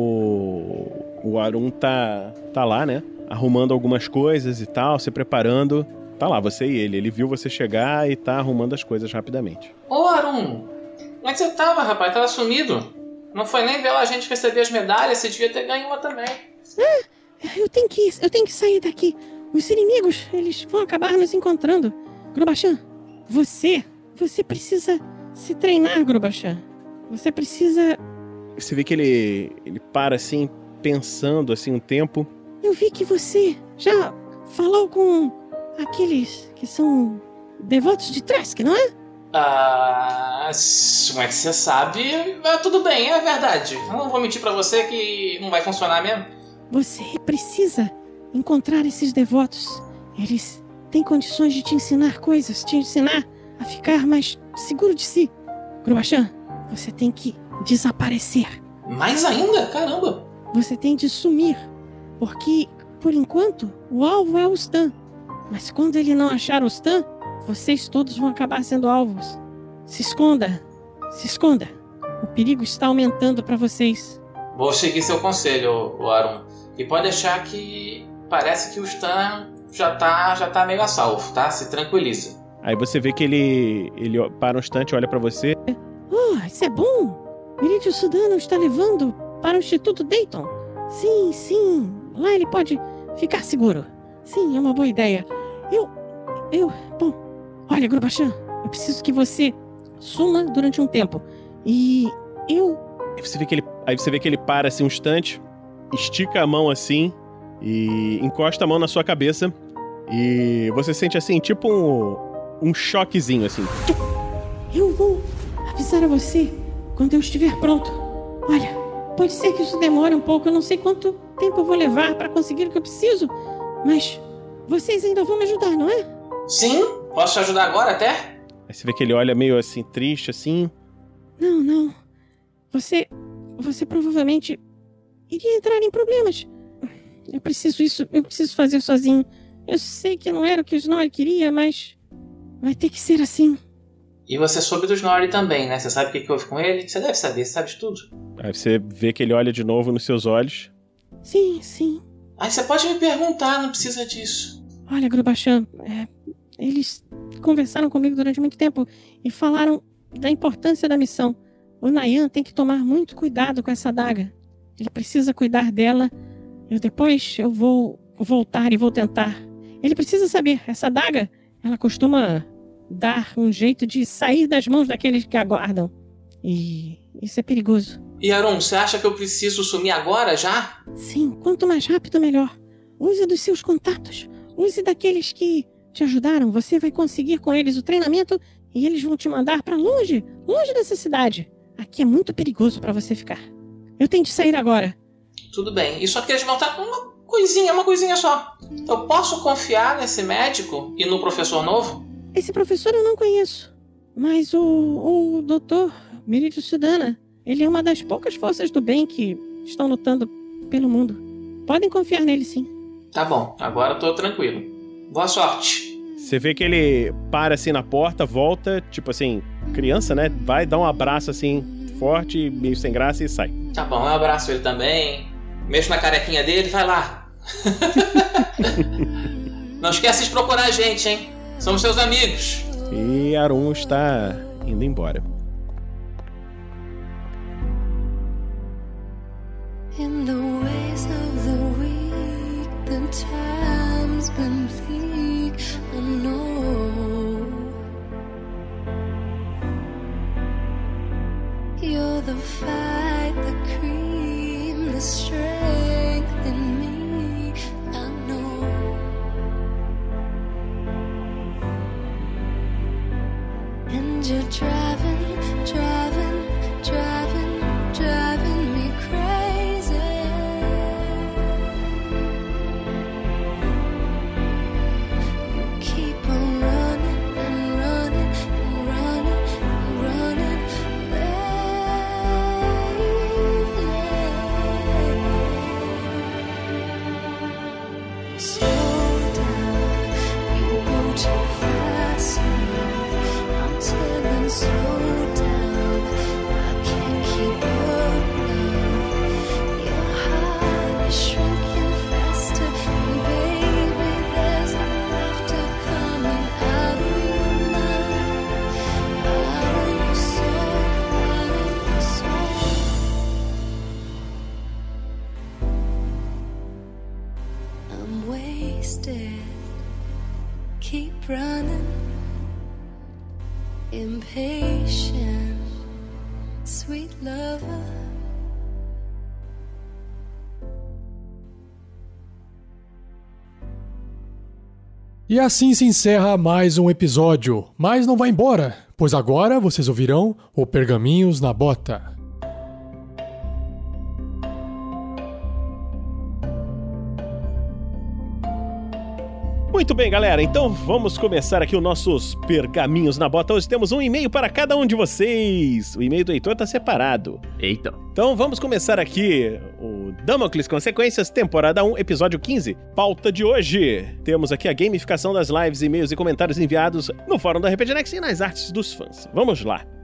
o, o Arun tá, tá lá, né? Arrumando algumas coisas e tal, se preparando. Tá lá, você e ele. Ele viu você chegar e tá arrumando as coisas rapidamente. Ô, Arun! Como é que você tava, rapaz? Tava sumido. Não foi nem ver a gente receber as medalhas, você devia ter ganho uma também. Ah, eu tenho que, eu tenho que sair daqui. Os inimigos, eles vão acabar nos encontrando. Grubachan, você, você precisa se treinar, Grubachan. Você precisa... Você vê que ele, ele para assim, pensando assim um tempo. Eu vi que você já falou com aqueles que são devotos de Trask, não é? Ah, como é que você sabe? Ah, tudo bem, é verdade. Eu não vou mentir pra você que não vai funcionar mesmo. Você precisa encontrar esses devotos. Eles têm condições de te ensinar coisas, te ensinar a ficar mais seguro de si. Grubachan, você tem que desaparecer. Mais ainda? Caramba! Você tem de sumir, porque, por enquanto, o alvo é o Stan. Mas quando ele não achar o Stan, vocês todos vão acabar sendo alvos. Se esconda. Se esconda. o perigo está aumentando para vocês. Vou seguir seu conselho, o Arum. E pode deixar que parece que o Stan já tá, já tá meio a salvo, tá? Se tranquiliza. Aí você vê que ele, ele para um instante, olha pra você. Oh, isso é bom! Meridio Sudano está levando para o Instituto Dayton. Sim, sim. Lá ele pode ficar seguro. Sim, é uma boa ideia. Eu... Eu... Bom... Olha, Grubachan, eu preciso que você suma durante um tempo. E eu... Aí você vê que ele, aí você vê que ele para assim um instante, estica a mão assim e encosta a mão na sua cabeça. E você sente assim, tipo um, um choquezinho assim. Eu vou avisar a você quando eu estiver pronto. Olha, pode ser que isso demore um pouco. Eu não sei quanto tempo eu vou levar para conseguir o que eu preciso. Mas vocês ainda vão me ajudar, não é? Sim, posso te ajudar agora até? Aí você vê que ele olha meio assim, triste, assim. Não, não. Você... Você provavelmente iria entrar em problemas. Eu preciso isso... Eu preciso fazer sozinho. Eu sei que não era o que o Snorri queria, mas... Vai ter que ser assim. E você soube do Snorri também, né? Você sabe o que, que houve com ele? Você deve saber, você sabe de tudo. Aí você vê que ele olha de novo nos seus olhos. Sim, sim. Aí você pode me perguntar, não precisa disso. Olha, Grubachan, é, eles conversaram comigo durante muito tempo e falaram da importância da missão. O Nayan tem que tomar muito cuidado com essa adaga. Ele precisa cuidar dela. Eu depois eu vou voltar e vou tentar. Ele precisa saber, essa adaga, ela costuma dar um jeito de sair das mãos daqueles que aguardam. E isso é perigoso. E Arum, você acha que eu preciso sumir agora, já? Sim, quanto mais rápido, melhor. Use dos seus contatos. Use daqueles que te ajudaram. Você vai conseguir com eles o treinamento e eles vão te mandar pra longe, longe dessa cidade. Aqui é muito perigoso pra você ficar. Eu tenho de sair agora. Tudo bem. E só que eles vão estar uma coisinha, uma coisinha só. Eu posso confiar nesse médico e no professor novo? Esse professor eu não conheço. Mas o, o doutor Meridio Sudana, ele é uma das poucas forças do bem que estão lutando pelo mundo. Podem confiar nele, sim. Tá bom, agora eu tô tranquilo. Boa sorte. Você vê que ele para assim na porta, volta, tipo assim, criança, né? Vai dar um abraço assim, forte, meio sem graça e sai. Tá bom, eu abraço ele também. Mexo na carequinha dele, vai lá. Não esquece de procurar a gente, hein? Somos seus amigos. E Arum está indo embora. In the ways of the weak, the time's been bleak, I know. You're the fight, the cream, the strength in me, I know. And you're driving, driving, driving, driving me crazy. You keep on running and running and running and running lately. Slow down, you go too fast now. I'm telling slow down, I can't keep up now. Your heart is shrinking faster, and baby, there's no laughter coming out of your mouth, out of your soul, out of your soul. I'm wasted, keep running, impatient, sweet lover. E assim se encerra mais um episódio. Mas não vai embora, pois agora vocês ouvirão o Pergaminhos na Bota. Muito bem, galera, então vamos começar aqui os nossos Pergaminhos na Bota. Hoje temos um e-mail para cada um de vocês. O e-mail do Heitor tá separado. Eita. Então vamos começar aqui o Damocles Consequências, temporada um, episódio quinze. Pauta de hoje. Temos aqui a gamificação das lives, e-mails e comentários enviados no fórum da R P G Next e nas artes dos fãs. Vamos lá.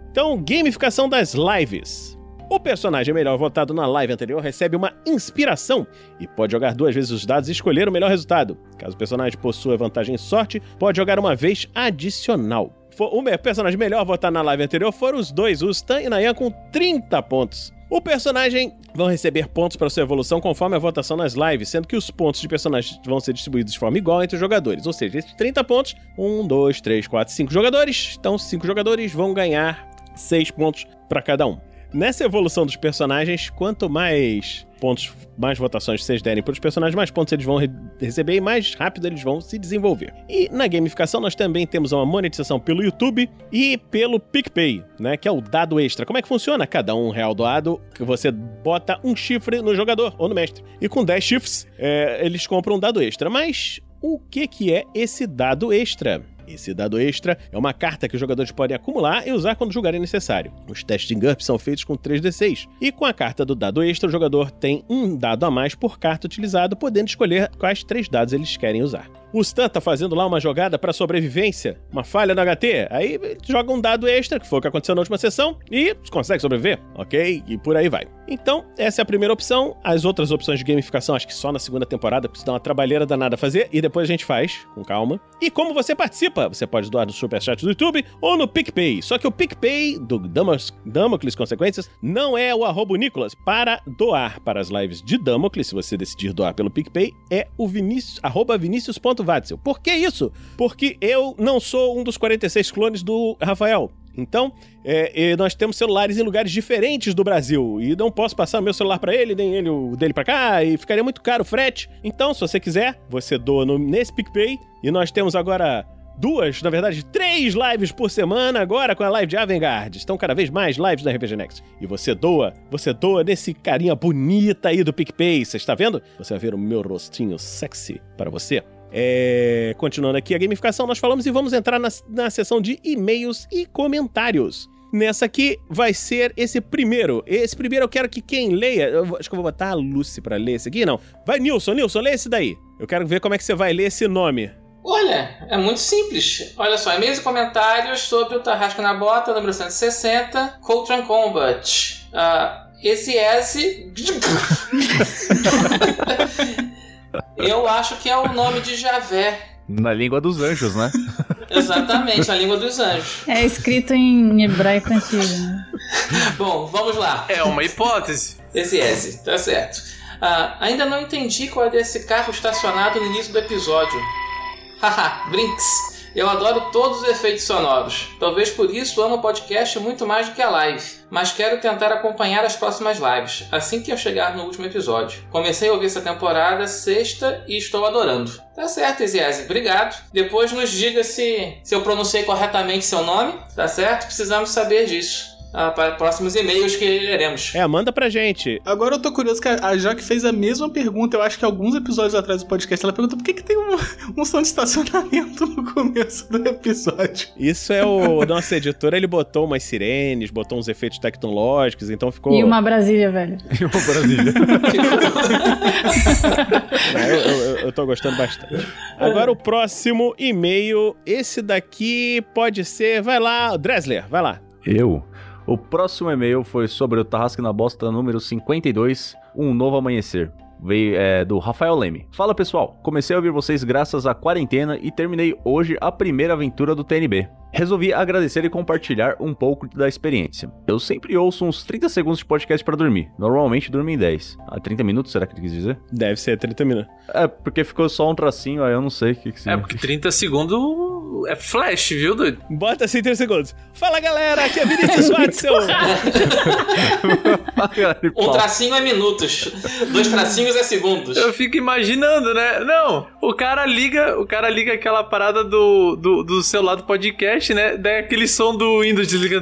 Então, gamificação das lives. O personagem melhor votado na live anterior recebe uma inspiração e pode jogar duas vezes os dados e escolher o melhor resultado. Caso o personagem possua vantagem em sorte, pode jogar uma vez adicional. O personagem melhor votado na live anterior foram os dois, o Stan e Nayan, com trinta pontos. O personagem vão receber pontos para sua evolução conforme a votação nas lives, sendo que os pontos de personagens vão ser distribuídos de forma igual entre os jogadores. Ou seja, esses trinta pontos, um, dois, três, quatro, cinco jogadores. Então, cinco jogadores vão ganhar seis pontos para cada um. Nessa evolução dos personagens, quanto mais pontos, mais votações vocês derem para os personagens, mais pontos eles vão re- receber e mais rápido eles vão se desenvolver. E na gamificação nós também temos uma monetização pelo YouTube e pelo PicPay, né, que é o dado extra. Como é que funciona? Cada um real doado, que você bota um chifre no jogador ou no mestre. E com dez chifres, é, eles compram um dado extra. Mas o que, que é esse dado extra? Esse dado extra é uma carta que os jogadores podem acumular e usar quando julgarem necessário. Os testes de G U R P são feitos com três D seis. E com a carta do dado extra, o jogador tem um dado a mais por carta utilizado, podendo escolher quais três dados eles querem usar. O Stan tá fazendo lá uma jogada para sobrevivência, uma falha no H T, aí ele joga um dado extra, que foi o que aconteceu na última sessão, e consegue sobreviver, ok? E por aí vai. Então, essa é a primeira opção. As outras opções de gamificação, acho que só na segunda temporada, porque isso dá uma trabalheira danada a fazer, e depois a gente faz, com calma. E como você participa? Você pode doar no Superchat do YouTube ou no PicPay. Só que o PicPay do Damocles Consequências não é o arroba Nicolas. Para doar para as lives de Damocles, se você decidir doar pelo PicPay, é o Vinícius, arroba Vinícius ponto Vatzel. Por que isso? Porque eu não sou um dos quarenta e seis clones do Rafael. Então, é, nós temos celulares em lugares diferentes do Brasil e não posso passar o meu celular para ele, nem ele o dele para cá, e ficaria muito caro o frete. Então, se você quiser, você doa no, nesse PicPay, e nós temos agora duas, na verdade, três lives por semana agora com a live de Avengard. Estão cada vez mais lives da R P G Next. E você doa, você doa nesse carinha bonita aí do PicPay, você está vendo? Você vai ver o meu rostinho sexy para você. É... Continuando aqui a gamificação, nós falamos e vamos entrar na, na seção de e-mails e comentários. Nessa aqui vai ser esse primeiro. Esse primeiro eu quero que quem leia... Eu acho que eu vou botar a Lucy pra ler esse aqui, não. Vai, Nilson, Nilson, lê esse daí. Eu quero ver como é que você vai ler esse nome. Olha, é muito simples. Olha só, e-mails e comentários sobre o Tarrasque na Bota, número cento e sessenta, Coltrane Combat. Uh, esse S... Eu acho que é o nome de Javé. Na língua dos anjos, né? Exatamente, na língua dos anjos. É escrito em hebraico antigo, né? Bom, vamos lá. É uma hipótese. Esse S, tá certo. Ah, ainda não entendi qual é desse carro estacionado no início do episódio. Haha, Brinks. Eu adoro todos os efeitos sonoros. Talvez por isso amo o podcast muito mais do que a live. Mas quero tentar acompanhar as próximas lives, assim que eu chegar no último episódio. Comecei a ouvir essa temporada sexta e estou adorando. Tá certo, Eziese, obrigado. Depois nos diga se, se eu pronunciei corretamente seu nome, tá certo? Precisamos saber disso. Ah, para próximos e-mails que leremos. É, manda pra gente. Agora eu tô curioso que a Jaque fez a mesma pergunta. Eu acho que alguns episódios atrás do podcast ela perguntou por que, que tem um, um som de estacionamento no começo do episódio. Isso é o nosso editor, ele botou umas sirenes, botou uns efeitos tecnológicos, então ficou... E uma Brasília, velho. E uma Brasília. eu, eu, eu tô gostando bastante. Agora o próximo e-mail, esse daqui pode ser... Vai lá, Dressler, vai lá. Eu... O próximo e-mail foi sobre o Tarrasque na Bosta número cinquenta e dois, Um Novo Amanhecer. Veio é, do Rafael Leme. Fala pessoal, comecei a ouvir vocês graças à quarentena e terminei hoje a primeira aventura do T N B. Resolvi agradecer e compartilhar um pouco da experiência. Eu sempre ouço uns trinta segundos de podcast pra dormir. Normalmente durmo em dez. Ah, trinta minutos, será que ele quis dizer? Deve ser trinta minutos. É, porque ficou só um tracinho, aí eu não sei o que que significa. É, porque trinta segundos é flash, viu, doido? Bota assim trinta segundos. Fala galera, aqui é Vinícius Watson. Um tracinho é minutos, dois tracinhos é segundos. Eu fico imaginando, né? Não, o cara liga, o cara liga aquela parada do, do, do celular do podcast, né? Daí aquele som do Windows desligando.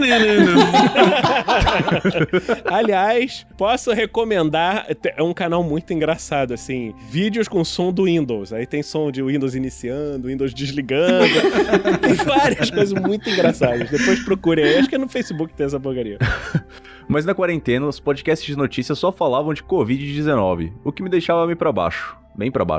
Aliás, posso recomendar, é um canal muito engraçado, assim, vídeos com som do Windows. Aí tem som de Windows iniciando, Windows desligando. Tem várias coisas muito engraçadas. Depois procure aí, acho que é no Facebook que tem essa porcaria. Mas na quarentena, os podcasts de notícias só falavam de covid dezenove, o que me deixava bem pra baixo. Bem pra baixo.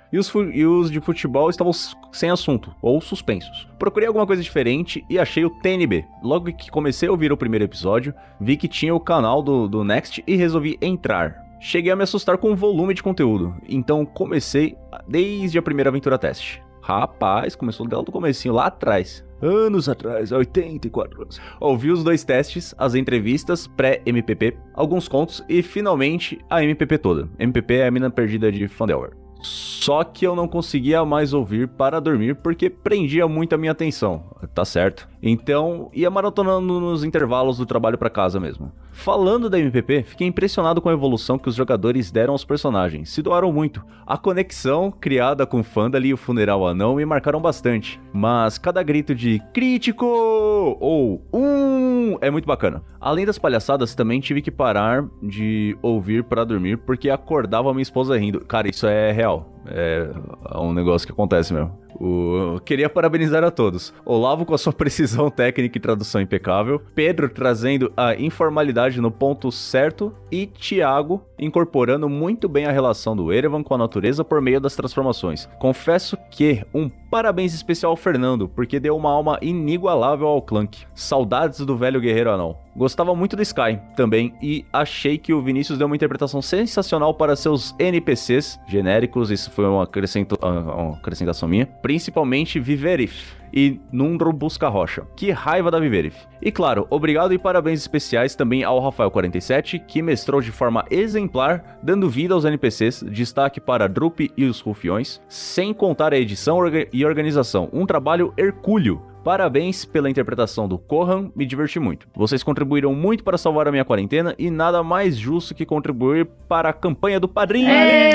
e os, fu- e os de futebol estavam s- sem assunto, ou suspensos. Procurei alguma coisa diferente e achei o T N B. Logo que comecei a ouvir o primeiro episódio, vi que tinha o canal do, do Next e resolvi entrar. Cheguei a me assustar com o volume de conteúdo, então comecei desde a primeira aventura teste. Rapaz, começou desde o comecinho, lá atrás. Anos atrás, oitenta e quatro anos. Ouvi os dois testes, as entrevistas pré-M P P, alguns contos e finalmente a M P P toda. M P P é a mina perdida de Fandelver. Só que eu não conseguia mais ouvir para dormir porque prendia muito a minha atenção, tá certo? Então ia maratonando nos intervalos do trabalho para casa mesmo. Falando da M P P, fiquei impressionado com a evolução que os jogadores deram aos personagens, se doaram muito. A conexão criada com Fandal e o funeral anão me marcaram bastante, mas cada grito de crítico ou um é muito bacana. Além das palhaçadas, também tive que parar de ouvir para dormir porque acordava minha esposa rindo. Cara, isso é real. É um negócio que acontece mesmo. O... Queria parabenizar a todos. Olavo com a sua precisão técnica e tradução impecável. Pedro trazendo a informalidade no ponto certo. E Thiago incorporando muito bem a relação do Erevan com a natureza por meio das transformações. Confesso que um parabéns especial ao Fernando, porque deu uma alma inigualável ao Clank. Saudades do velho guerreiro anão. Gostava muito do Sky também e achei que o Vinícius deu uma interpretação sensacional para seus N P Cs genéricos, isso foi uma, acrescento, uma acrescentação minha, principalmente Viverif e Nundro Busca Rocha. Que raiva da Viverif. E claro, obrigado e parabéns especiais também ao Rafael quarenta e sete, que mestrou de forma exemplar, dando vida aos N P Cs, destaque para Drup e os Rufiões, sem contar a edição e organização, um trabalho hercúleo. Parabéns pela interpretação do Kohan, me diverti muito. Vocês contribuíram muito para salvar a minha quarentena e nada mais justo que contribuir para a campanha do Padrinho.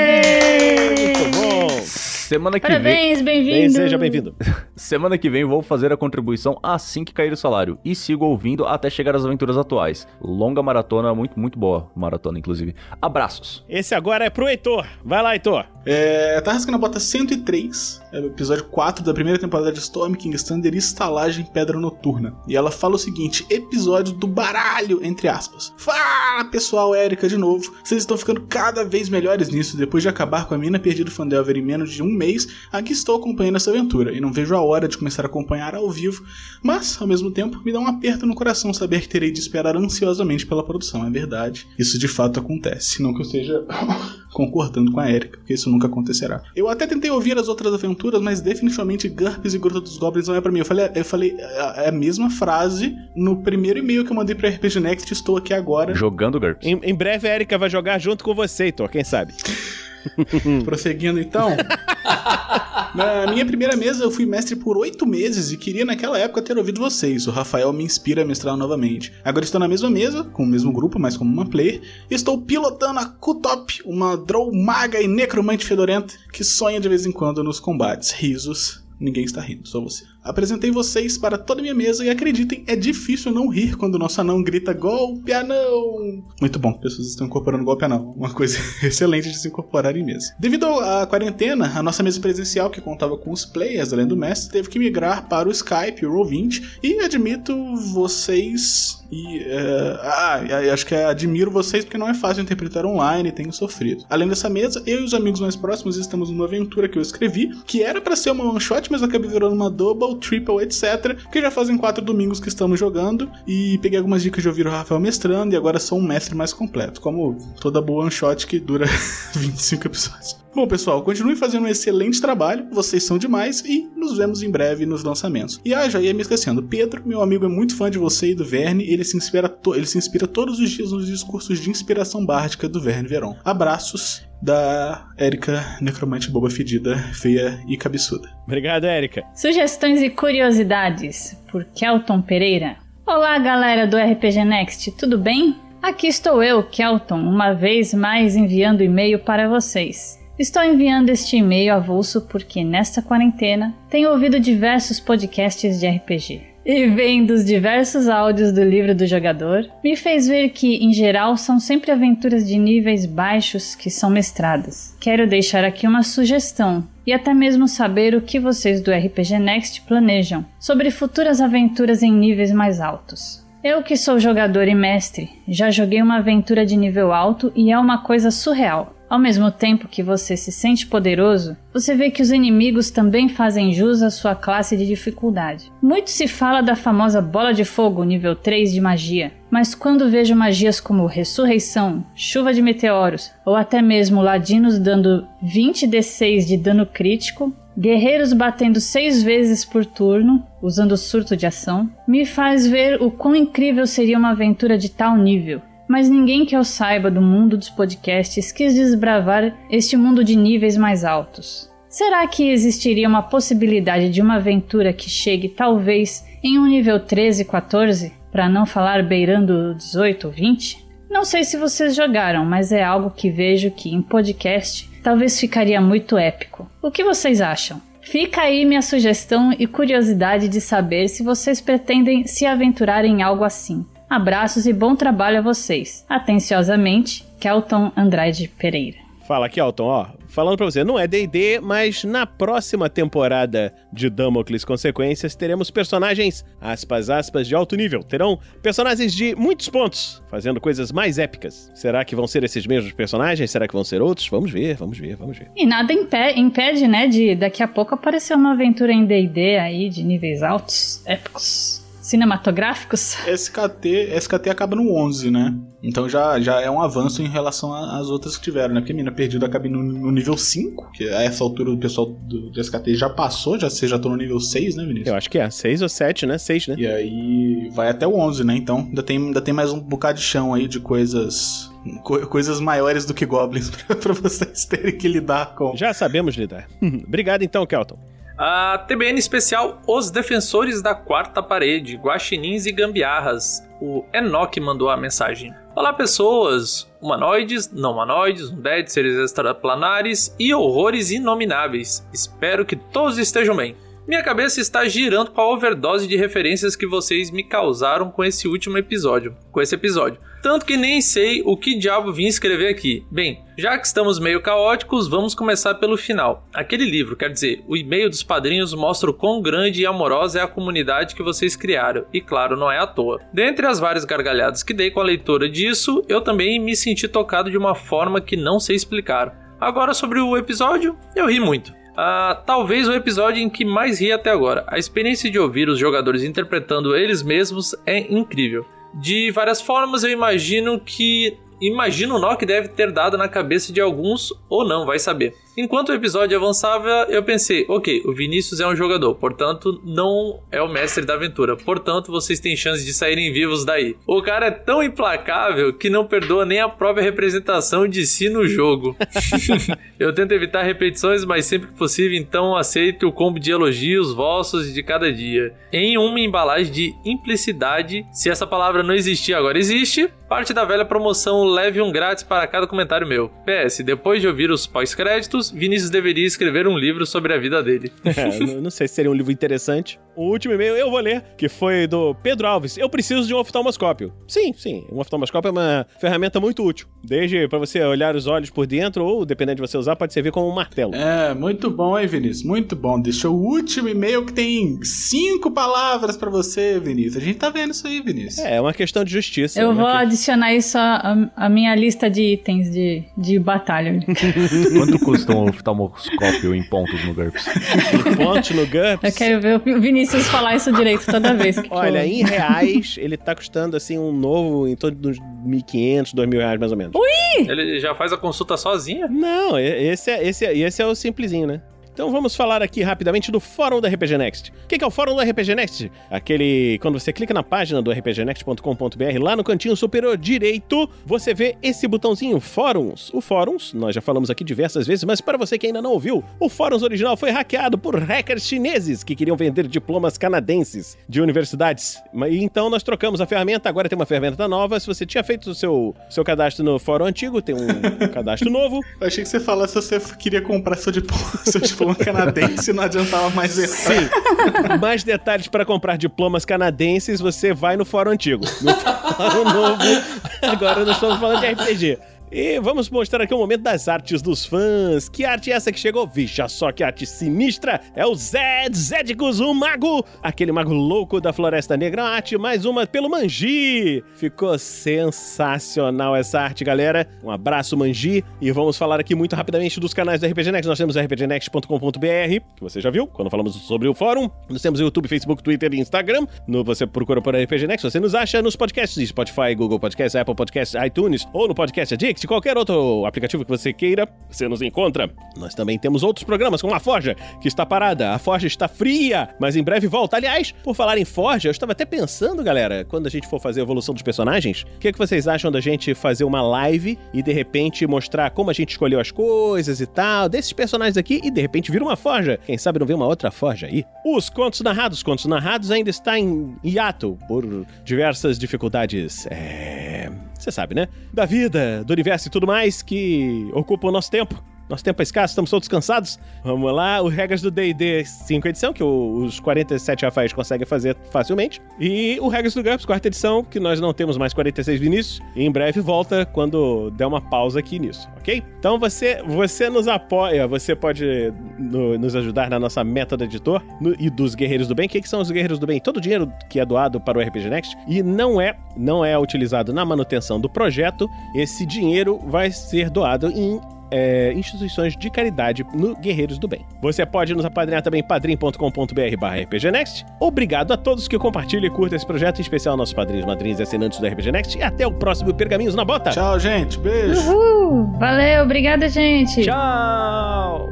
Muito bom! Semana que Parabéns, vem... bem-vindo! Bem, seja bem-vindo. Semana que vem vou fazer a contribuição assim que cair o salário e sigo ouvindo até chegar às aventuras atuais. Longa maratona, muito, muito boa maratona, inclusive. Abraços! Esse agora é pro Heitor. Vai lá, Heitor. É, tá rascando a bota cento e três, é o episódio quatro da primeira temporada de Storm King's Thunder, Estalagem Pedra Noturna. E ela fala o seguinte: episódio do baralho, entre aspas. Fala pessoal, Erika de novo. Vocês estão ficando cada vez melhores nisso. Depois de acabar com a mina perdida Fandelver em menos de um mês, aqui estou acompanhando essa aventura e não vejo a hora de começar a acompanhar ao vivo. Mas, ao mesmo tempo, me dá um aperto no coração saber que terei de esperar ansiosamente pela produção. É verdade, isso de fato acontece. Não que eu esteja concordando com a Erika, porque isso nunca acontecerá. Eu até tentei ouvir as outras aventuras, mas definitivamente GURPS e Gruta dos Goblins não é pra mim. Eu falei, eu falei é a mesma frase no primeiro e-mail que eu mandei pra R P G Next. Estou aqui agora. Jogando GURPS. Em, em breve a Erika vai jogar junto com você, Heitor, quem sabe? Prosseguindo então. Na minha primeira mesa eu fui mestre por oito meses e queria naquela época ter ouvido vocês. O Rafael me inspira a mestrar novamente. Agora estou na mesma mesa, com o mesmo grupo, mas como uma player, e estou pilotando a Q-Top, uma Drow maga e necromante fedorenta que sonha de vez em quando nos combates. Risos. Ninguém está rindo, só você. Apresentei vocês para toda a minha mesa e acreditem, é difícil não rir quando o nosso anão grita golpe anão. Muito bom, pessoas estão incorporando golpe anão. Uma coisa excelente de se incorporar em mesa. Devido à quarentena, a nossa mesa presencial, que contava com os players além do mestre, teve que migrar para o Skype, o Roll vinte, e admito vocês... E, uh, ah, acho que admiro vocês porque não é fácil interpretar online e tenho sofrido. Além dessa mesa, eu e os amigos mais próximos estamos numa aventura que eu escrevi, que era para ser uma one shot, mas acabei virando uma double, triple, etcétera. Que já fazem quatro domingos que estamos jogando e peguei algumas dicas de ouvir o Rafael mestrando e agora sou um mestre mais completo, como toda boa one shot que dura vinte e cinco episódios. Bom, pessoal, continue fazendo um excelente trabalho, vocês são demais e nos vemos em breve nos lançamentos. E ah, já ia me esquecendo, Pedro, meu amigo, é muito fã de você e do Verne, ele se inspira, to- ele se inspira todos os dias nos discursos de inspiração bárdica do Verne Veron. Abraços da Erika, necromante boba fedida, feia e cabeçuda. Obrigado, Erika. Sugestões e curiosidades, por Kelton Pereira. Olá, galera do R P G Next, tudo bem? Aqui estou eu, Kelton, uma vez mais enviando e-mail para vocês. Estou enviando este e-mail avulso porque, nesta quarentena, tenho ouvido diversos podcasts de R P G. E vendo os diversos áudios do livro do jogador, me fez ver que, em geral, são sempre aventuras de níveis baixos que são mestradas. Quero deixar aqui uma sugestão, e até mesmo saber o que vocês do R P G Next planejam sobre futuras aventuras em níveis mais altos. Eu que sou jogador e mestre, já joguei uma aventura de nível alto e é uma coisa surreal. Ao mesmo tempo que você se sente poderoso, você vê que os inimigos também fazem jus à sua classe de dificuldade. Muito se fala da famosa bola de fogo nível três de magia, mas quando vejo magias como ressurreição, chuva de meteoros ou até mesmo ladinos dando vinte d seis de dano crítico, guerreiros batendo seis vezes por turno, usando surto de ação, me faz ver o quão incrível seria uma aventura de tal nível. Mas ninguém que eu saiba do mundo dos podcasts quis desbravar este mundo de níveis mais altos. Será que existiria uma possibilidade de uma aventura que chegue talvez em um nível treze, quatorze, para não falar beirando dezoito ou vinte? Não sei se vocês jogaram, mas é algo que vejo que em podcast talvez ficaria muito épico. O que vocês acham? Fica aí minha sugestão e curiosidade de saber se vocês pretendem se aventurar em algo assim. Abraços e bom trabalho a vocês. Atenciosamente, Kelton Andrade Pereira. Fala, Kelton, ó. Falando pra você, não é D e D, mas na próxima temporada de Damocles Consequências teremos personagens, aspas, aspas, de alto nível. Terão personagens de muitos pontos, fazendo coisas mais épicas. Será que vão ser esses mesmos personagens? Será que vão ser outros? Vamos ver, vamos ver, vamos ver. E nada impe- impede, né, de daqui a pouco aparecer uma aventura em D e D aí, de níveis altos, épicos. Cinematográficos? S K T, S K T acaba no onze, né? Então já, já é um avanço em relação às outras que tiveram, né? Porque a Mina Perdida acaba no, no nível cinco, que a essa altura o pessoal do, do S K T já passou, já, você já tô no nível seis, né, Vinícius? Eu acho que é, seis ou sete, né? seis, né? E aí vai até o onze, né? Então ainda tem, ainda tem mais um bocado de chão aí de coisas... Co- coisas maiores do que Goblins pra, pra vocês terem que lidar com. Já sabemos lidar. Obrigado então, Kelton. A T B N especial Os Defensores da Quarta Parede, Guaxinins e Gambiarras. O Enoch mandou a mensagem. Olá pessoas, humanoides, não humanoides, undead, seres extraplanares e horrores inomináveis. Espero que todos estejam bem. Minha cabeça está girando com a overdose de referências que vocês me causaram com esse último episódio. Com esse episódio. Tanto que nem sei o que diabo vim escrever aqui. Bem, já que estamos meio caóticos, vamos começar pelo final. Aquele livro, quer dizer, o e-mail dos padrinhos mostra o quão grande e amorosa é a comunidade que vocês criaram. E claro, não é à toa. Dentre as várias gargalhadas que dei com a leitura disso, eu também me senti tocado de uma forma que não sei explicar. Agora sobre o episódio, eu ri muito. Uh, talvez o episódio em que mais ri até agora. A experiência de ouvir os jogadores interpretando eles mesmos é incrível. De várias formas eu imagino que... Imagino o nó que deve ter dado na cabeça de alguns, ou não, vai saber. Enquanto o episódio avançava, eu pensei, ok, o Vinícius é um jogador, portanto não é o mestre da aventura, portanto vocês têm chance de saírem vivos daí. O cara é tão implacável que não perdoa nem a própria representação de si no jogo. Eu tento evitar repetições, mas sempre que possível, então aceito o combo de elogios vossos de cada dia. Em uma embalagem de implicidade, se essa palavra não existir, agora existe, parte da velha promoção leve um grátis para cada comentário meu. P S, depois de ouvir os pós-créditos, Vinícius deveria escrever um livro sobre a vida dele. É, não, não sei se seria um livro interessante. O último e-mail eu vou ler, que foi do Pedro Alves. Eu preciso de um oftalmoscópio. Sim, sim, um oftalmoscópio é uma ferramenta muito útil. Desde para você olhar os olhos por dentro, ou dependendo de você usar, pode servir como um martelo. É, muito bom, hein, Vinícius? Muito bom. Deixou o último e-mail que tem cinco palavras pra você, Vinícius. A gente tá vendo isso aí, Vinícius. É, é uma questão de justiça. Eu né? vou adicionar isso à, à minha lista de itens de, de batalha. Quanto custa um oftalmoscópio em pontos no GURPS? Em pontos no GURPS? Eu quero ver o Vinícius falar isso direito toda vez. Que Olha, for. em reais, ele tá custando assim um novo em torno dos mil e quinhentos, dois mil reais mais ou menos. Ui! Ele já faz a consulta sozinha? Não, esse é, esse é, esse é o simplesinho, né? Então vamos falar aqui rapidamente do fórum do R P G Next. O que é o fórum do R P G Next? Aquele... Quando você clica na página do r p g next ponto com ponto b r, lá no cantinho superior direito, você vê esse botãozinho, Fóruns. O Fóruns, nós já falamos aqui diversas vezes, mas para você que ainda não ouviu, o Fóruns original foi hackeado por hackers chineses que queriam vender diplomas canadenses de universidades. E então nós trocamos a ferramenta, agora tem uma ferramenta nova. Se você tinha feito o seu, seu cadastro no fórum antigo, tem um cadastro novo. Eu achei que você falasse se você queria comprar seu diploma, seu diploma canadense, não adiantava mais errar. Sim. Mais detalhes para comprar diplomas canadenses, você vai no fórum antigo. No fórum novo, agora nós estamos falando de R P G. E vamos mostrar aqui o momento das artes dos fãs. Que arte é essa que chegou? Veja só que arte sinistra. É o Zed Zedicus, o mago. Aquele mago louco da Floresta Negra. Uma arte, mais uma pelo Manji. Ficou sensacional essa arte, galera. Um abraço, Manji. E vamos falar aqui muito rapidamente dos canais do R P G Next. Nós temos r p g next ponto com ponto b r, que você já viu quando falamos sobre o fórum. Nós temos o YouTube, Facebook, Twitter e Instagram. No, você procura por R P G Next, você nos acha nos podcasts de Spotify, Google Podcasts, Apple Podcasts, iTunes ou no Podcast Addict, qualquer outro aplicativo que você queira, você nos encontra. Nós também temos outros programas, como a Forja, que está parada. A Forja está fria, mas em breve volta. Aliás, por falar em Forja, eu estava até pensando, galera, quando a gente for fazer a evolução dos personagens, o que, é que vocês acham da gente fazer uma live e de repente mostrar como a gente escolheu as coisas e tal, desses personagens aqui, e de repente vira uma Forja. Quem sabe não vê uma outra Forja aí? Os Contos Narrados. Contos Narrados ainda está em hiato por diversas dificuldades, é... você sabe, né? Da vida, do universo e tudo mais que ocupa o nosso tempo. Nosso tempo é escasso, estamos todos cansados. Vamos lá, o Regras do D e D cinco edição, que o, os quarenta e sete Rafaéis conseguem fazer facilmente. E o Regras do GURPS, quarta edição, que nós não temos mais quarenta e seis Vinícius. E em breve volta quando der uma pausa aqui nisso, ok? Então você, você nos apoia, você pode no, nos ajudar na nossa meta do editor no, e dos Guerreiros do Bem. O que, que são os Guerreiros do Bem? Todo o dinheiro que é doado para o R P G Next e não é, não é utilizado na manutenção do projeto. Esse dinheiro vai ser doado em É, instituições de caridade no Guerreiros do Bem. Você pode nos apadrinhar também em padrim ponto com ponto b r barra R P G Next. Obrigado a todos que compartilham e curtem esse projeto, em especial nossos padrinhos, madrinhos e assinantes do R P G Next. E até o próximo Pergaminhos na Bota. Tchau, gente. Beijo. Uhul. Valeu, obrigada, gente. Tchau.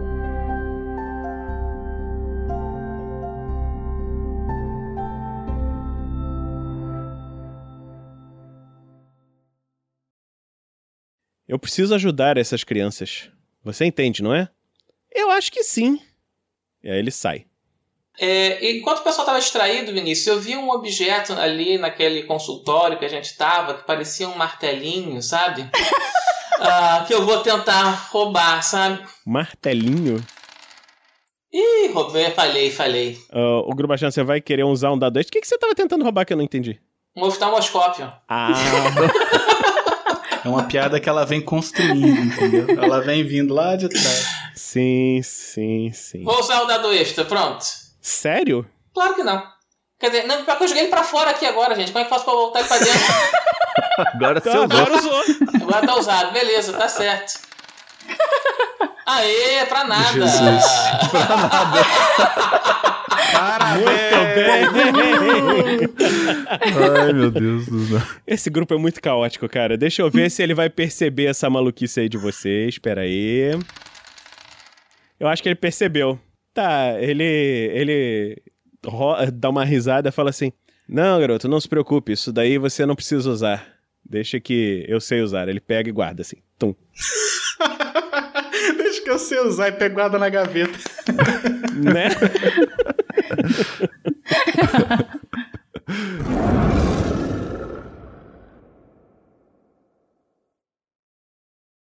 Eu preciso ajudar essas crianças. Você entende, não é? Eu acho que sim. E aí ele sai. É, enquanto o pessoal estava distraído, Vinícius, eu vi um objeto ali naquele consultório que a gente estava, que parecia um martelinho, sabe? ah, que eu vou tentar roubar, sabe? Martelinho? Ih, roubei, falhei, falhei. Uh, o Grubachan, você vai querer usar um dado extra? O que, que você estava tentando roubar que eu não entendi? Um oftalmoscópio. Ah... É uma piada que ela vem construindo, entendeu? Ela vem vindo lá de trás. Sim, sim, sim. Vou usar o dado extra, pronto. Sério? Claro que não. Quer dizer, não, pior que eu joguei ele pra fora aqui agora, gente. Como é que eu faço pra voltar ele pra dentro? Agora você então, usou. Agora usou. Agora tá usado, beleza, tá certo. Aê, pra nada. Jesus. Pra nada. Muito bem. Ai, meu Deus do céu. Esse grupo é muito caótico, cara. Deixa eu ver se ele vai perceber essa maluquice aí de vocês. Espera aí. Eu acho que ele percebeu. Tá, ele... Ele dá uma risada e fala assim: não, garoto, não se preocupe. Isso daí você não precisa usar. Deixa que eu sei usar. Ele pega e guarda assim. Tum. Deixa que eu sei usar e pego guarda na gaveta. Né?